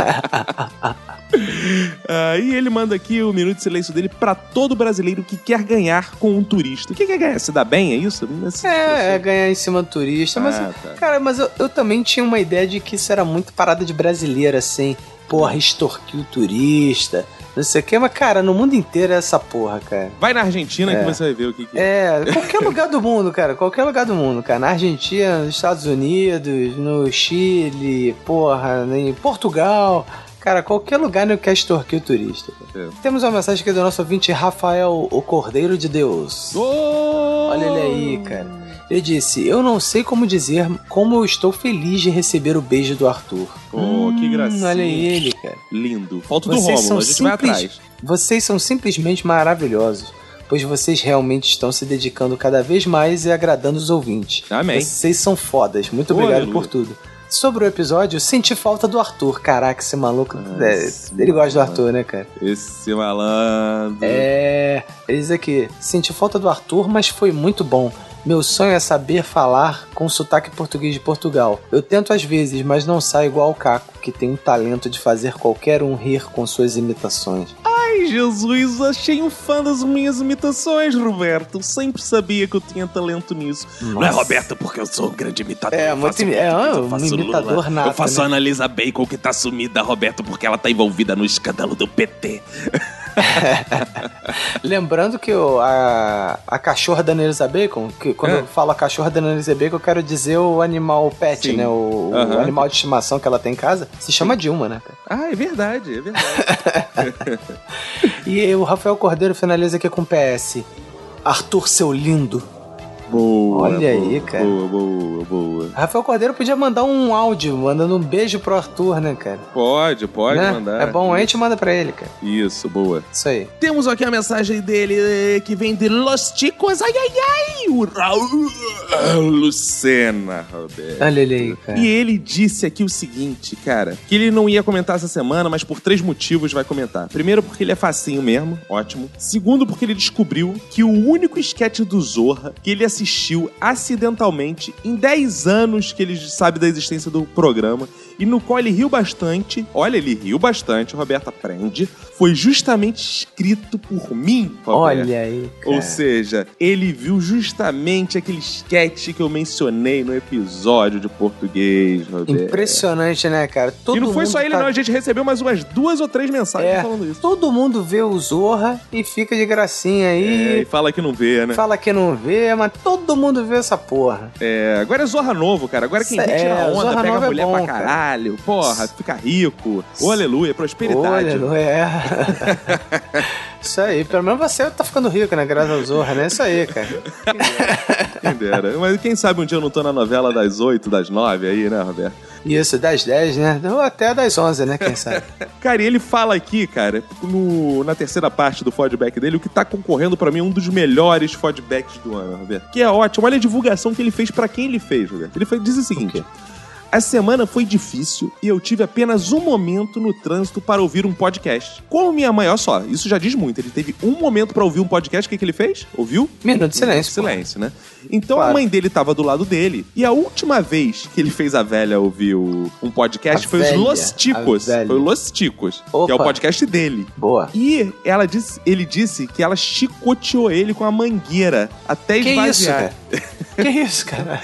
Ah, e ele manda aqui o minuto de silêncio dele pra todo brasileiro que quer ganhar com um turista. O que quer ganhar? Se dá bem, é isso? É, é ganhar em cima do turista. Mas, Ah, tá. cara, mas eu, eu também tinha uma ideia de que isso era muito parada de brasileiro, assim. Porra, extorquir o turista, não sei o que. Mas, cara, no mundo inteiro é essa porra, cara. Vai na Argentina É. que você vai ver o que, que é. É, qualquer lugar do mundo, cara. Qualquer lugar do mundo, cara. Na Argentina, nos Estados Unidos, no Chile, porra, em Portugal. Cara, qualquer lugar não quer extorquir o turista. É. Temos uma mensagem aqui do nosso ouvinte Rafael, o Cordeiro de Deus. Oh! Olha ele aí, cara. Ele disse, eu não sei como dizer como eu estou feliz de receber o beijo do Arthur. Oh, que gracinha. Hum, olha ele, cara. Lindo. Falta o do Vocês Rômulo, são a gente vai simples- atrás. Vocês são simplesmente maravilhosos, pois vocês realmente estão se dedicando cada vez mais e agradando os ouvintes. Amém. Vocês são fodas. Muito Oh, obrigado aleluia. por tudo. Sobre o episódio, senti falta do Arthur. Caraca, esse maluco. é, ele gosta do Arthur, né, cara? Esse malandro. É. Ele diz aqui: senti falta do Arthur, mas foi muito bom. Meu sonho é saber falar com sotaque português de Portugal. Eu tento às vezes, mas não saio igual o Caco, que tem um talento de fazer qualquer um rir com suas imitações. Ai, Jesus, achei um fã das minhas imitações, Roberto. Eu sempre sabia que eu tinha talento nisso. Não é, Roberto, porque eu sou um grande imitador. É, Eu muito faço imi- é, português, um eu faço imitador Lula. nato, Eu faço né? a Analisa Bacon, que tá sumida, Roberto, porque ela tá envolvida no escândalo do P T. Lembrando que o, a, a cachorra da Annalisa Bacon, que quando É. eu falo a cachorra da Annalisa Bacon, eu quero dizer o animal pet, Sim. né? O, o Aham. animal de estimação que ela tem em casa, se chama Dilma, né, cara? Ah, é verdade, é verdade. E o Rafael Cordeiro finaliza aqui com P S. Arthur, seu lindo. Boa. Olha boa, aí, cara. Boa, boa, boa. Rafael Cordeiro podia mandar um áudio mandando um beijo pro Arthur, né, cara? Pode, pode Né? mandar. É bom, a gente manda pra ele, cara. Isso, boa. Isso aí. Temos aqui a mensagem dele eh, que vem de Los Chicos. Ai, ai, ai! O Raul Lucena, Roberto. Olha ele aí, cara. E ele disse aqui o seguinte, cara, que ele não ia comentar essa semana, mas por três motivos vai comentar. Primeiro, porque ele é facinho mesmo, ótimo. Segundo, porque ele descobriu que o único esquete do Zorra que ele assistiu acidentalmente em dez anos que ele sabe da existência do programa e no qual ele riu bastante, olha, ele riu bastante, o Roberto aprende, foi justamente escrito por mim, Roberto. Olha aí, cara. Ou seja, ele viu justamente aquele sketch que eu mencionei no episódio de português, Roberto. Impressionante, né, cara? Todo E não foi mundo só ele, tá- não. A gente recebeu mais umas duas ou três mensagens É, falando isso. todo mundo vê o Zorra e fica de gracinha É, aí. e fala que não vê, né? Fala que não vê, mas todo mundo vê essa porra. É, agora é Zorra Novo, cara. Agora quem vê É, tira onda, Zorra pega Novo é mulher bom, pra cara. caralho. Porra, fica rico. Ô, aleluia, prosperidade. Olha, não é. Isso aí, pelo menos você tá ficando rico, né? Graças ao Zorra, né? Isso aí, cara. Quem dera. Mas quem sabe um dia eu não tô na novela das oito, das nove aí, né, Roberto? Isso, das dez, né? Ou até das onze, né? Quem sabe? Cara, e ele fala aqui, cara, no, na terceira parte do feedback dele, o que tá concorrendo pra mim é um dos melhores feedbacks do ano, Roberto. Que é ótimo. Olha a divulgação que ele fez pra quem ele fez, Roberto. Ele fez, diz o seguinte: A semana foi difícil e eu tive apenas um momento no trânsito para ouvir um podcast. Como minha mãe, olha só, isso já diz muito. Ele teve um momento para ouvir um podcast, o que, que ele fez? Ouviu? Minuto de silêncio. Silêncio, né? Então Claro. a mãe dele tava do lado dele. E a última vez que ele fez a velha ouvir o- um podcast A foi velha, os Los Ticos. a velha. Foi o Los Ticos, que Opa. é o podcast dele. Boa. E ela disse, ele disse que ela chicoteou ele com a mangueira até Que isso, esvaziar. cara? Que isso, cara?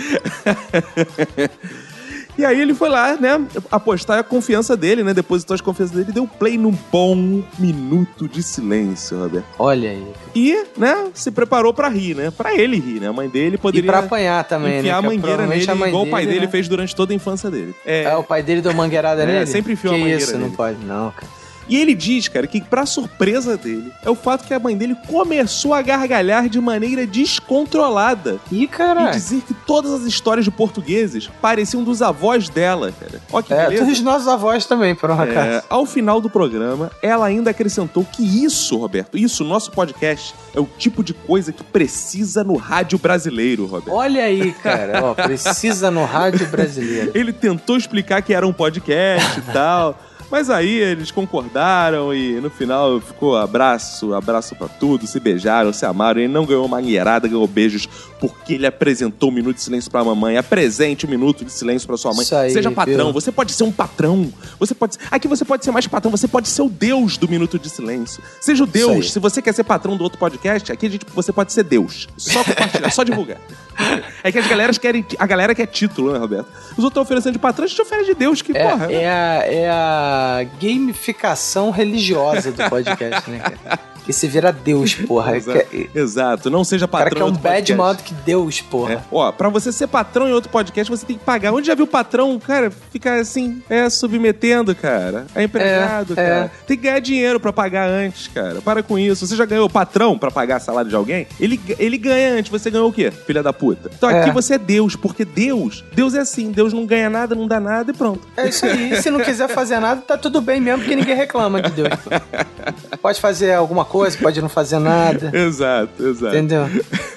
E aí ele foi lá, né, apostar a confiança dele, né, depositou as confianças dele e deu play num bom minuto de silêncio, Roberto. Olha aí. E, né, se preparou pra rir, né, pra ele rir, né, a mãe dele E poderia pra apanhar também, enfiar né? a Que mangueira provavelmente nele, a mãe igual o pai dele, dele né? fez durante toda a infância dele. É, É, o pai dele deu mangueirada É, nele? sempre enfiou que a mangueira isso, não nele. pode não, cara. E ele diz, cara, que pra surpresa dele, é o fato que a mãe dele começou a gargalhar de maneira descontrolada. Ih, E caralho. dizer que todas as histórias de portugueses pareciam dos avós dela, cara. Ó que É, beleza. dos nossos avós também, por um É, acaso. ao final do programa, ela ainda acrescentou que isso, Roberto, isso, nosso podcast, é o tipo de coisa que precisa no rádio brasileiro, Roberto. Olha aí, cara. Ó, precisa no rádio brasileiro. Ele tentou explicar que era um podcast e tal. Mas aí eles concordaram e no final ficou abraço, abraço pra tudo, se beijaram, se amaram. Ele não ganhou mangueirada, ganhou beijos porque ele apresentou o Minuto de Silêncio pra mamãe. Apresente o Minuto de Silêncio pra sua mãe. Isso aí, Seja patrão, viu? você pode ser um patrão. Você pode ser... Aqui você pode ser mais patrão, você pode ser o Deus do Minuto de Silêncio. Seja o Isso aí. Deus. Se você quer ser patrão do outro podcast, aqui a gente, você pode ser Deus. Só compartilhar, só divulgar. É que as galeras querem. A galera quer título, né, Roberto? Os outros estão oferecendo de patrão, a gente oferece de Deus, que É, porra. é, a, é a gamificação religiosa do podcast, né, cara? Que se vira Deus, porra. Exato. Que- Exato, não seja O cara patrão que é em um outro bad podcast. maior do que Deus, porra. É. Ó, pra você ser patrão em outro podcast, você tem que pagar. Onde já viu patrão, cara, fica assim, é, submetendo, cara. É empregado, É, cara. é. Tem que ganhar dinheiro pra pagar antes, cara. Para com isso. Você já ganhou patrão pra pagar salário de alguém? Ele, ele ganha antes. Você ganhou o quê? Filha da puta. Então aqui É. você é Deus, porque Deus, Deus é assim. Deus não ganha nada, não dá nada e pronto. É isso aí. Se não quiser fazer nada, tá tudo bem mesmo, porque ninguém reclama de Deus. Pode fazer alguma coisa, pode não fazer nada. Exato, exato. Entendeu?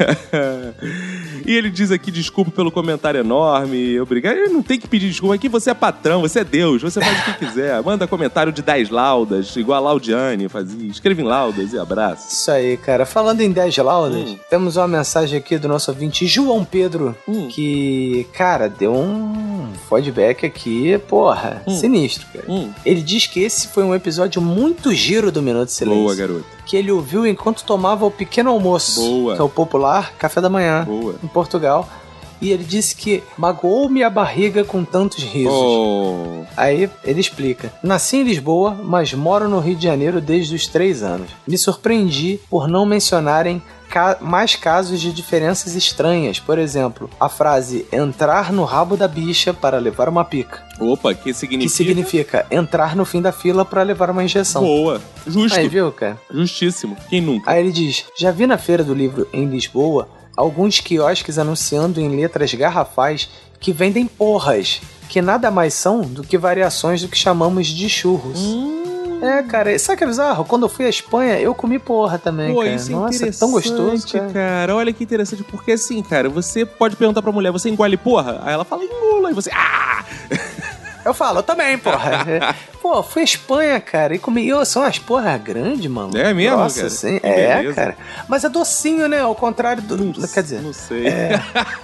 E ele diz aqui, desculpa pelo comentário enorme, obrigado. Ele não tem que pedir desculpa, aqui você é patrão, você é Deus, você faz o que quiser. Manda comentário de dez laudas, igual a Laudiane fazia. Escreve em laudas e abraço. Isso aí, cara. Falando em dez laudas, Hum. temos uma mensagem aqui do nosso ouvinte João Pedro, Hum. que, cara, deu um feedback aqui, porra, Hum. sinistro, cara. Hum. Ele diz que esse foi um episódio muito giro do Minuto de Silêncio. Boa, garoto. Que ele ouviu enquanto tomava o pequeno almoço, Boa. que é o popular café da manhã Boa. em Portugal. E ele disse que magoou-me a barriga com tantos risos. Oh. Aí ele explica. Nasci em Lisboa, mas moro no Rio de Janeiro desde os três anos. Me surpreendi por não mencionarem ca- mais casos de diferenças estranhas. Por exemplo, a frase entrar no rabo da bicha para levar uma pica. Opa, que significa? Que significa entrar no fim da fila para levar uma injeção. Boa. Justo. Aí, viu, cara? Justíssimo. Quem nunca? Aí ele diz: já vi na Feira do Livro em Lisboa alguns quiosques anunciando em letras garrafais que vendem porras, que nada mais são do que variações do que chamamos de churros. Hum. É, cara, sabe que é bizarro? Quando eu fui à Espanha, eu comi porra também, Pô, cara. isso é Nossa, é interessante, tão gostoso, cara. Olha que interessante, porque assim, cara, você pode perguntar pra mulher, você engole porra? Aí ela fala, engula, e você, ah! Eu falo, eu também, porra. É. Pô, fui à Espanha, cara, e comi. E, ô, são umas porras grandes, mano. É mesmo, Nossa, cara? sim. Que É, beleza. cara. Mas é docinho, né? Ao contrário do. Não, Quer dizer. Não sei. É.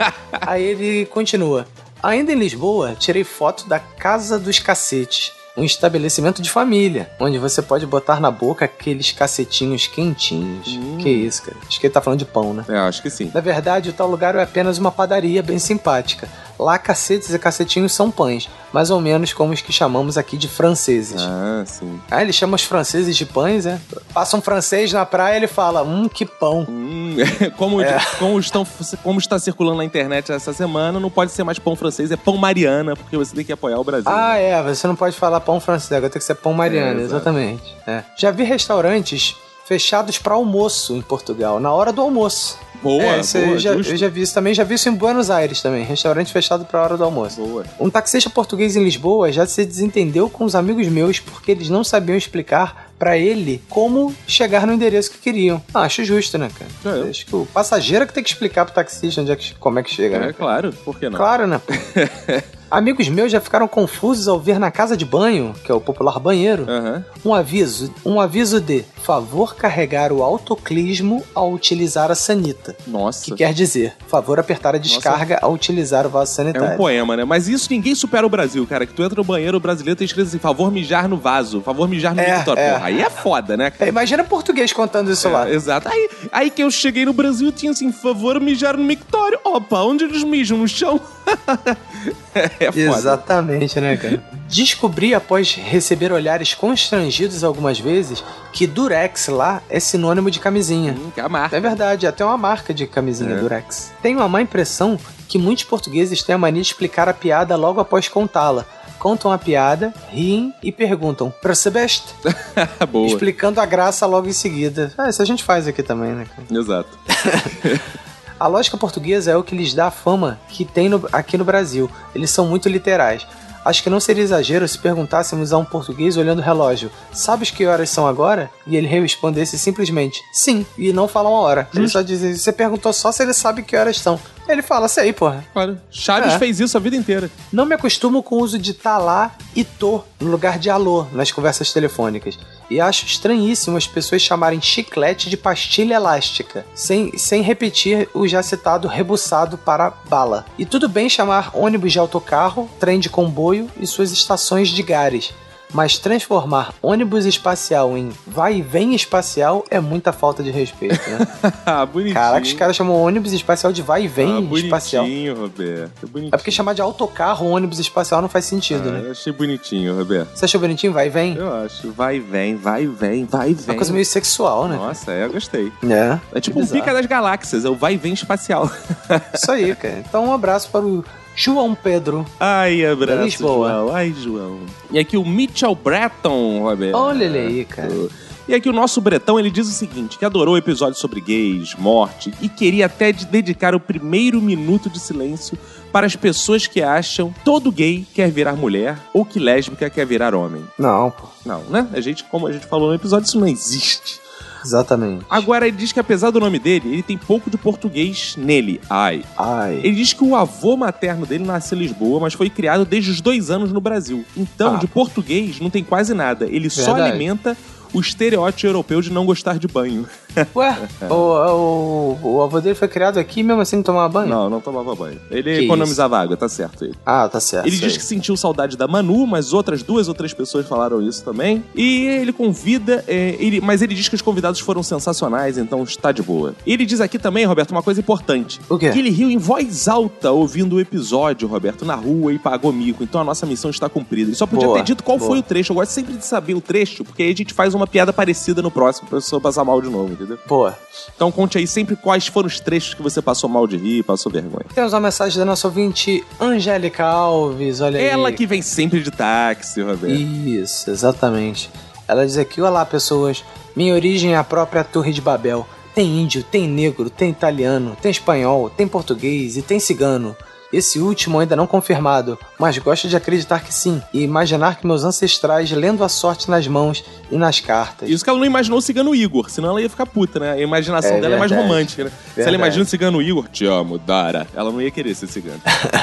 Aí ele continua. Ainda em Lisboa, tirei foto da Casa dos Cacetes, um estabelecimento de família, onde você pode botar na boca aqueles cacetinhos quentinhos. Hum. Que isso, cara? Acho que ele tá falando de pão, né? É, acho que sim. Na verdade, o tal lugar é apenas uma padaria bem simpática. Lá, cacetes e cacetinhos são pães, mais ou menos como os que chamamos aqui de franceses. Ah, sim. Ah, ele chama os franceses de pães, é? Passa um francês na praia e ele fala, hum, que pão. Hum, como, É. como, estão, como está circulando na internet essa semana, não pode ser mais pão francês, é pão Mariana, porque você tem que apoiar o Brasil. Ah, é, você não pode falar pão francês, agora tem que ser pão mariano, É, exato. exatamente. É. Já vi restaurantes fechados para almoço em Portugal, na hora do almoço. Boa, é, isso boa, eu, já, justo. eu já vi isso também, já vi isso em Buenos Aires também, restaurante fechado para a hora do almoço. Boa. Um taxista português em Lisboa já se desentendeu com os amigos meus porque eles não sabiam explicar pra ele como chegar no endereço que queriam. Ah, acho justo, né, cara? É. Acho que o passageiro que tem que explicar pro taxista onde é que, como é que chega, É, né? claro, por que não? Claro, né? Amigos meus já ficaram confusos ao ver na casa de banho, que é o popular banheiro, Aham. um aviso, um aviso de favor carregar o autoclismo ao utilizar a sanita. Nossa. Que quer dizer, favor apertar a descarga ao utilizar o vaso É sanitário. um poema, né? Mas isso ninguém supera o Brasil, cara. Que tu entra no banheiro, o brasileiro tem escrito assim, favor mijar no vaso, favor mijar no É, mictório. é. Porra, aí é foda, né? É, imagina português contando isso lá. É, exato. Aí, aí que eu cheguei no Brasil, tinha assim, favor mijar no mictório. Opa, onde eles mijam? No chão? É foda. Exatamente, né, cara? Descobri após receber olhares constrangidos algumas vezes que Durex lá é sinônimo de camisinha. Hum, que é a marca. É verdade, até uma marca de camisinha, É. Durex. Tenho a má impressão que muitos portugueses têm a mania de explicar a piada logo após contá-la. Contam a piada, riem e perguntam, percebeste? Boa. Explicando a graça logo em seguida. Ah, isso a gente faz aqui também, né, cara? Exato. A lógica portuguesa é o que lhes dá a fama que tem no- aqui no Brasil. Eles são muito literais. Acho que não seria exagero se perguntássemos a um português olhando o relógio, sabes que horas são agora? E ele respondesse simplesmente, sim, e não fala uma hora. Ele só diz, você perguntou só se ele sabe que horas são. Ele fala, sei, porra. Claro. Chaves É. fez isso a vida inteira. Não me acostumo com o uso de tá lá e tô no lugar de alô nas conversas telefônicas. E acho estranhíssimo as pessoas chamarem chiclete de pastilha elástica, sem, sem repetir o já citado rebuçado para bala. E tudo bem chamar ônibus de autocarro, trem de comboio e suas estações de gares. Mas transformar ônibus espacial em vai e vem espacial é muita falta de respeito, né? Ah, bonitinho. Caraca, os caras chamam ônibus espacial de vai e vem ah, espacial. bonitinho, Roberto. Bonitinho. É porque chamar de autocarro ônibus espacial não faz sentido, Ah, né? eu achei bonitinho, Roberto. Você achou bonitinho? Vai e vem? Eu acho. Vai e vem, vai e vem, vai e É vem. uma coisa meio sexual, né? Nossa, é, eu gostei. É. É tipo um bizarro. pica das galáxias, é o vai e vem espacial. Isso aí, cara. Então um abraço para o João Pedro. Ai, Da abraço, Lisboa. João. Ai, João. E aqui o Mitchell Breton, Roberto. Olha ele aí, cara. E aqui o nosso Bretão, ele diz o seguinte, que adorou o episódio sobre gays, morte, e queria até de dedicar o primeiro minuto de silêncio para as pessoas que acham todo gay quer virar mulher ou que lésbica quer virar homem. Não, pô. Não, né? A gente, como a gente falou no episódio, isso não existe. Exatamente. Agora, ele diz que apesar do nome dele, ele tem pouco de português nele. Ai. Ai. Ele diz que o avô materno dele nasceu em Lisboa, mas foi criado desde os dois anos no Brasil. Então, Ah. de português, não tem quase nada. Ele só Verdade. alimenta o estereótipo europeu de não gostar de banho. Ué, o, o, o avô dele foi criado aqui mesmo assim não tomava banho? Não, não tomava banho. Ele Que economizava água, tá certo ele. Ah, tá certo. Ele isso diz aí. que sentiu saudade da Manu, mas outras duas ou três pessoas falaram isso também. E ele convida, é, ele, mas ele diz que os convidados foram sensacionais, então está de boa. Ele diz aqui também, Roberto, uma coisa importante. O quê? Que ele riu em voz alta ouvindo o episódio, Roberto, na rua e pagou mico. Então a nossa missão está cumprida. Ele só podia Boa, ter dito qual boa. foi o trecho. Eu gosto sempre de saber o trecho, porque aí a gente faz uma piada parecida no próximo pra pessoa passar mal de novo, entendeu? Pô, Então conte aí sempre quais foram os trechos que você passou mal de rir, passou vergonha. temos uma mensagem da nossa ouvinte Angélica Alves, olha aí. Ela que vem sempre de táxi, Roberto. Isso, exatamente. Ela diz aqui, olá pessoas, minha origem é a própria Torre de Babel. Tem índio, tem negro, tem italiano, tem espanhol, tem português e tem cigano. Esse último ainda não confirmado, mas gosto de acreditar que sim, e imaginar que meus ancestrais lendo a sorte nas mãos e nas cartas. Isso que ela não imaginou o cigano Igor, senão ela ia ficar puta, né? A imaginação É dela é mais verdade. romântica, né? Se ela Verdade. imagina o cigano Igor, te amo, Dara, ela não ia querer ser cigano.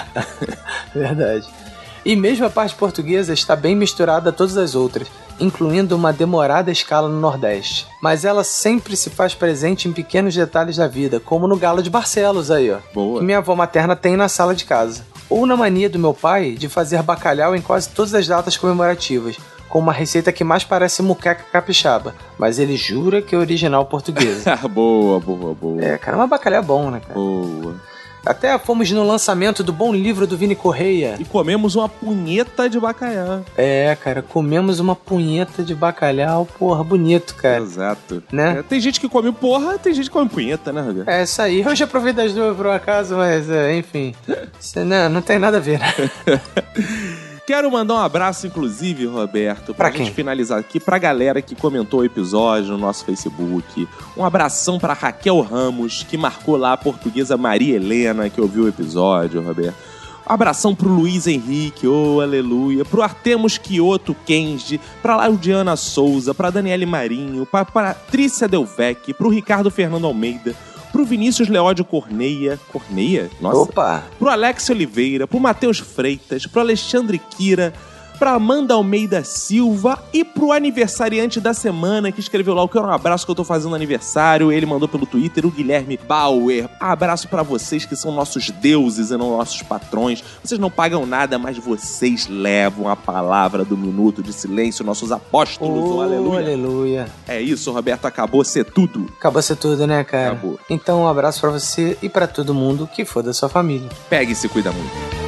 Verdade. E mesmo a parte portuguesa está bem misturada a todas as outras, incluindo uma demorada escala no Nordeste. Mas ela sempre se faz presente em pequenos detalhes da vida, como no galo de Barcelos aí, ó. Boa. Que minha avó materna tem na sala de casa. Ou na mania do meu pai de fazer bacalhau em quase todas as datas comemorativas, com uma receita que mais parece muqueca capixaba, mas ele jura que é original portuguesa. boa, boa, boa. É, cara, mas bacalhau é bom, né, cara? Boa. Até fomos no lançamento do bom livro do Vini Correia. E comemos uma punheta de bacalhau. É, cara, comemos uma punheta de bacalhau, porra, bonito, cara. Exato. Né? É, tem gente que come porra, tem gente que come punheta, né, Roberto? É isso aí. Eu já provei das duas por um acaso, mas é, enfim. Isso, não, não tem nada a ver, né? Quero mandar um abraço, inclusive, Roberto, Pra pra, gente quem? finalizar aqui, pra galera que comentou o episódio no nosso Facebook. Um abração pra Raquel Ramos, que marcou lá a portuguesa Maria Helena, que ouviu o episódio, Roberto. Um abração pro Luiz Henrique, oh, aleluia. Pro Artemus Kioto Kenji, pra Laudiana Souza, pra Daniele Marinho, pra Patrícia Delvec, pro Ricardo Fernando Almeida, pro Vinícius Leódio Corneia. Corneia? Nossa. Opa! Pro Alex Oliveira, pro Matheus Freitas, pro Alexandre Kira, pra Amanda Almeida Silva e pro aniversariante da semana que escreveu lá o que era um abraço que eu tô fazendo aniversário. Ele mandou pelo Twitter, o Guilherme Bauer. Abraço pra vocês que são nossos deuses e não nossos patrões. Vocês não pagam nada, mas vocês levam a palavra do minuto de silêncio, nossos apóstolos. Oh, oh, aleluia. aleluia. É isso, Roberto. Acabou ser tudo. Acabou ser tudo, né, cara? Acabou. Então um abraço pra você e pra todo mundo que for da sua família. Pegue e se cuida muito.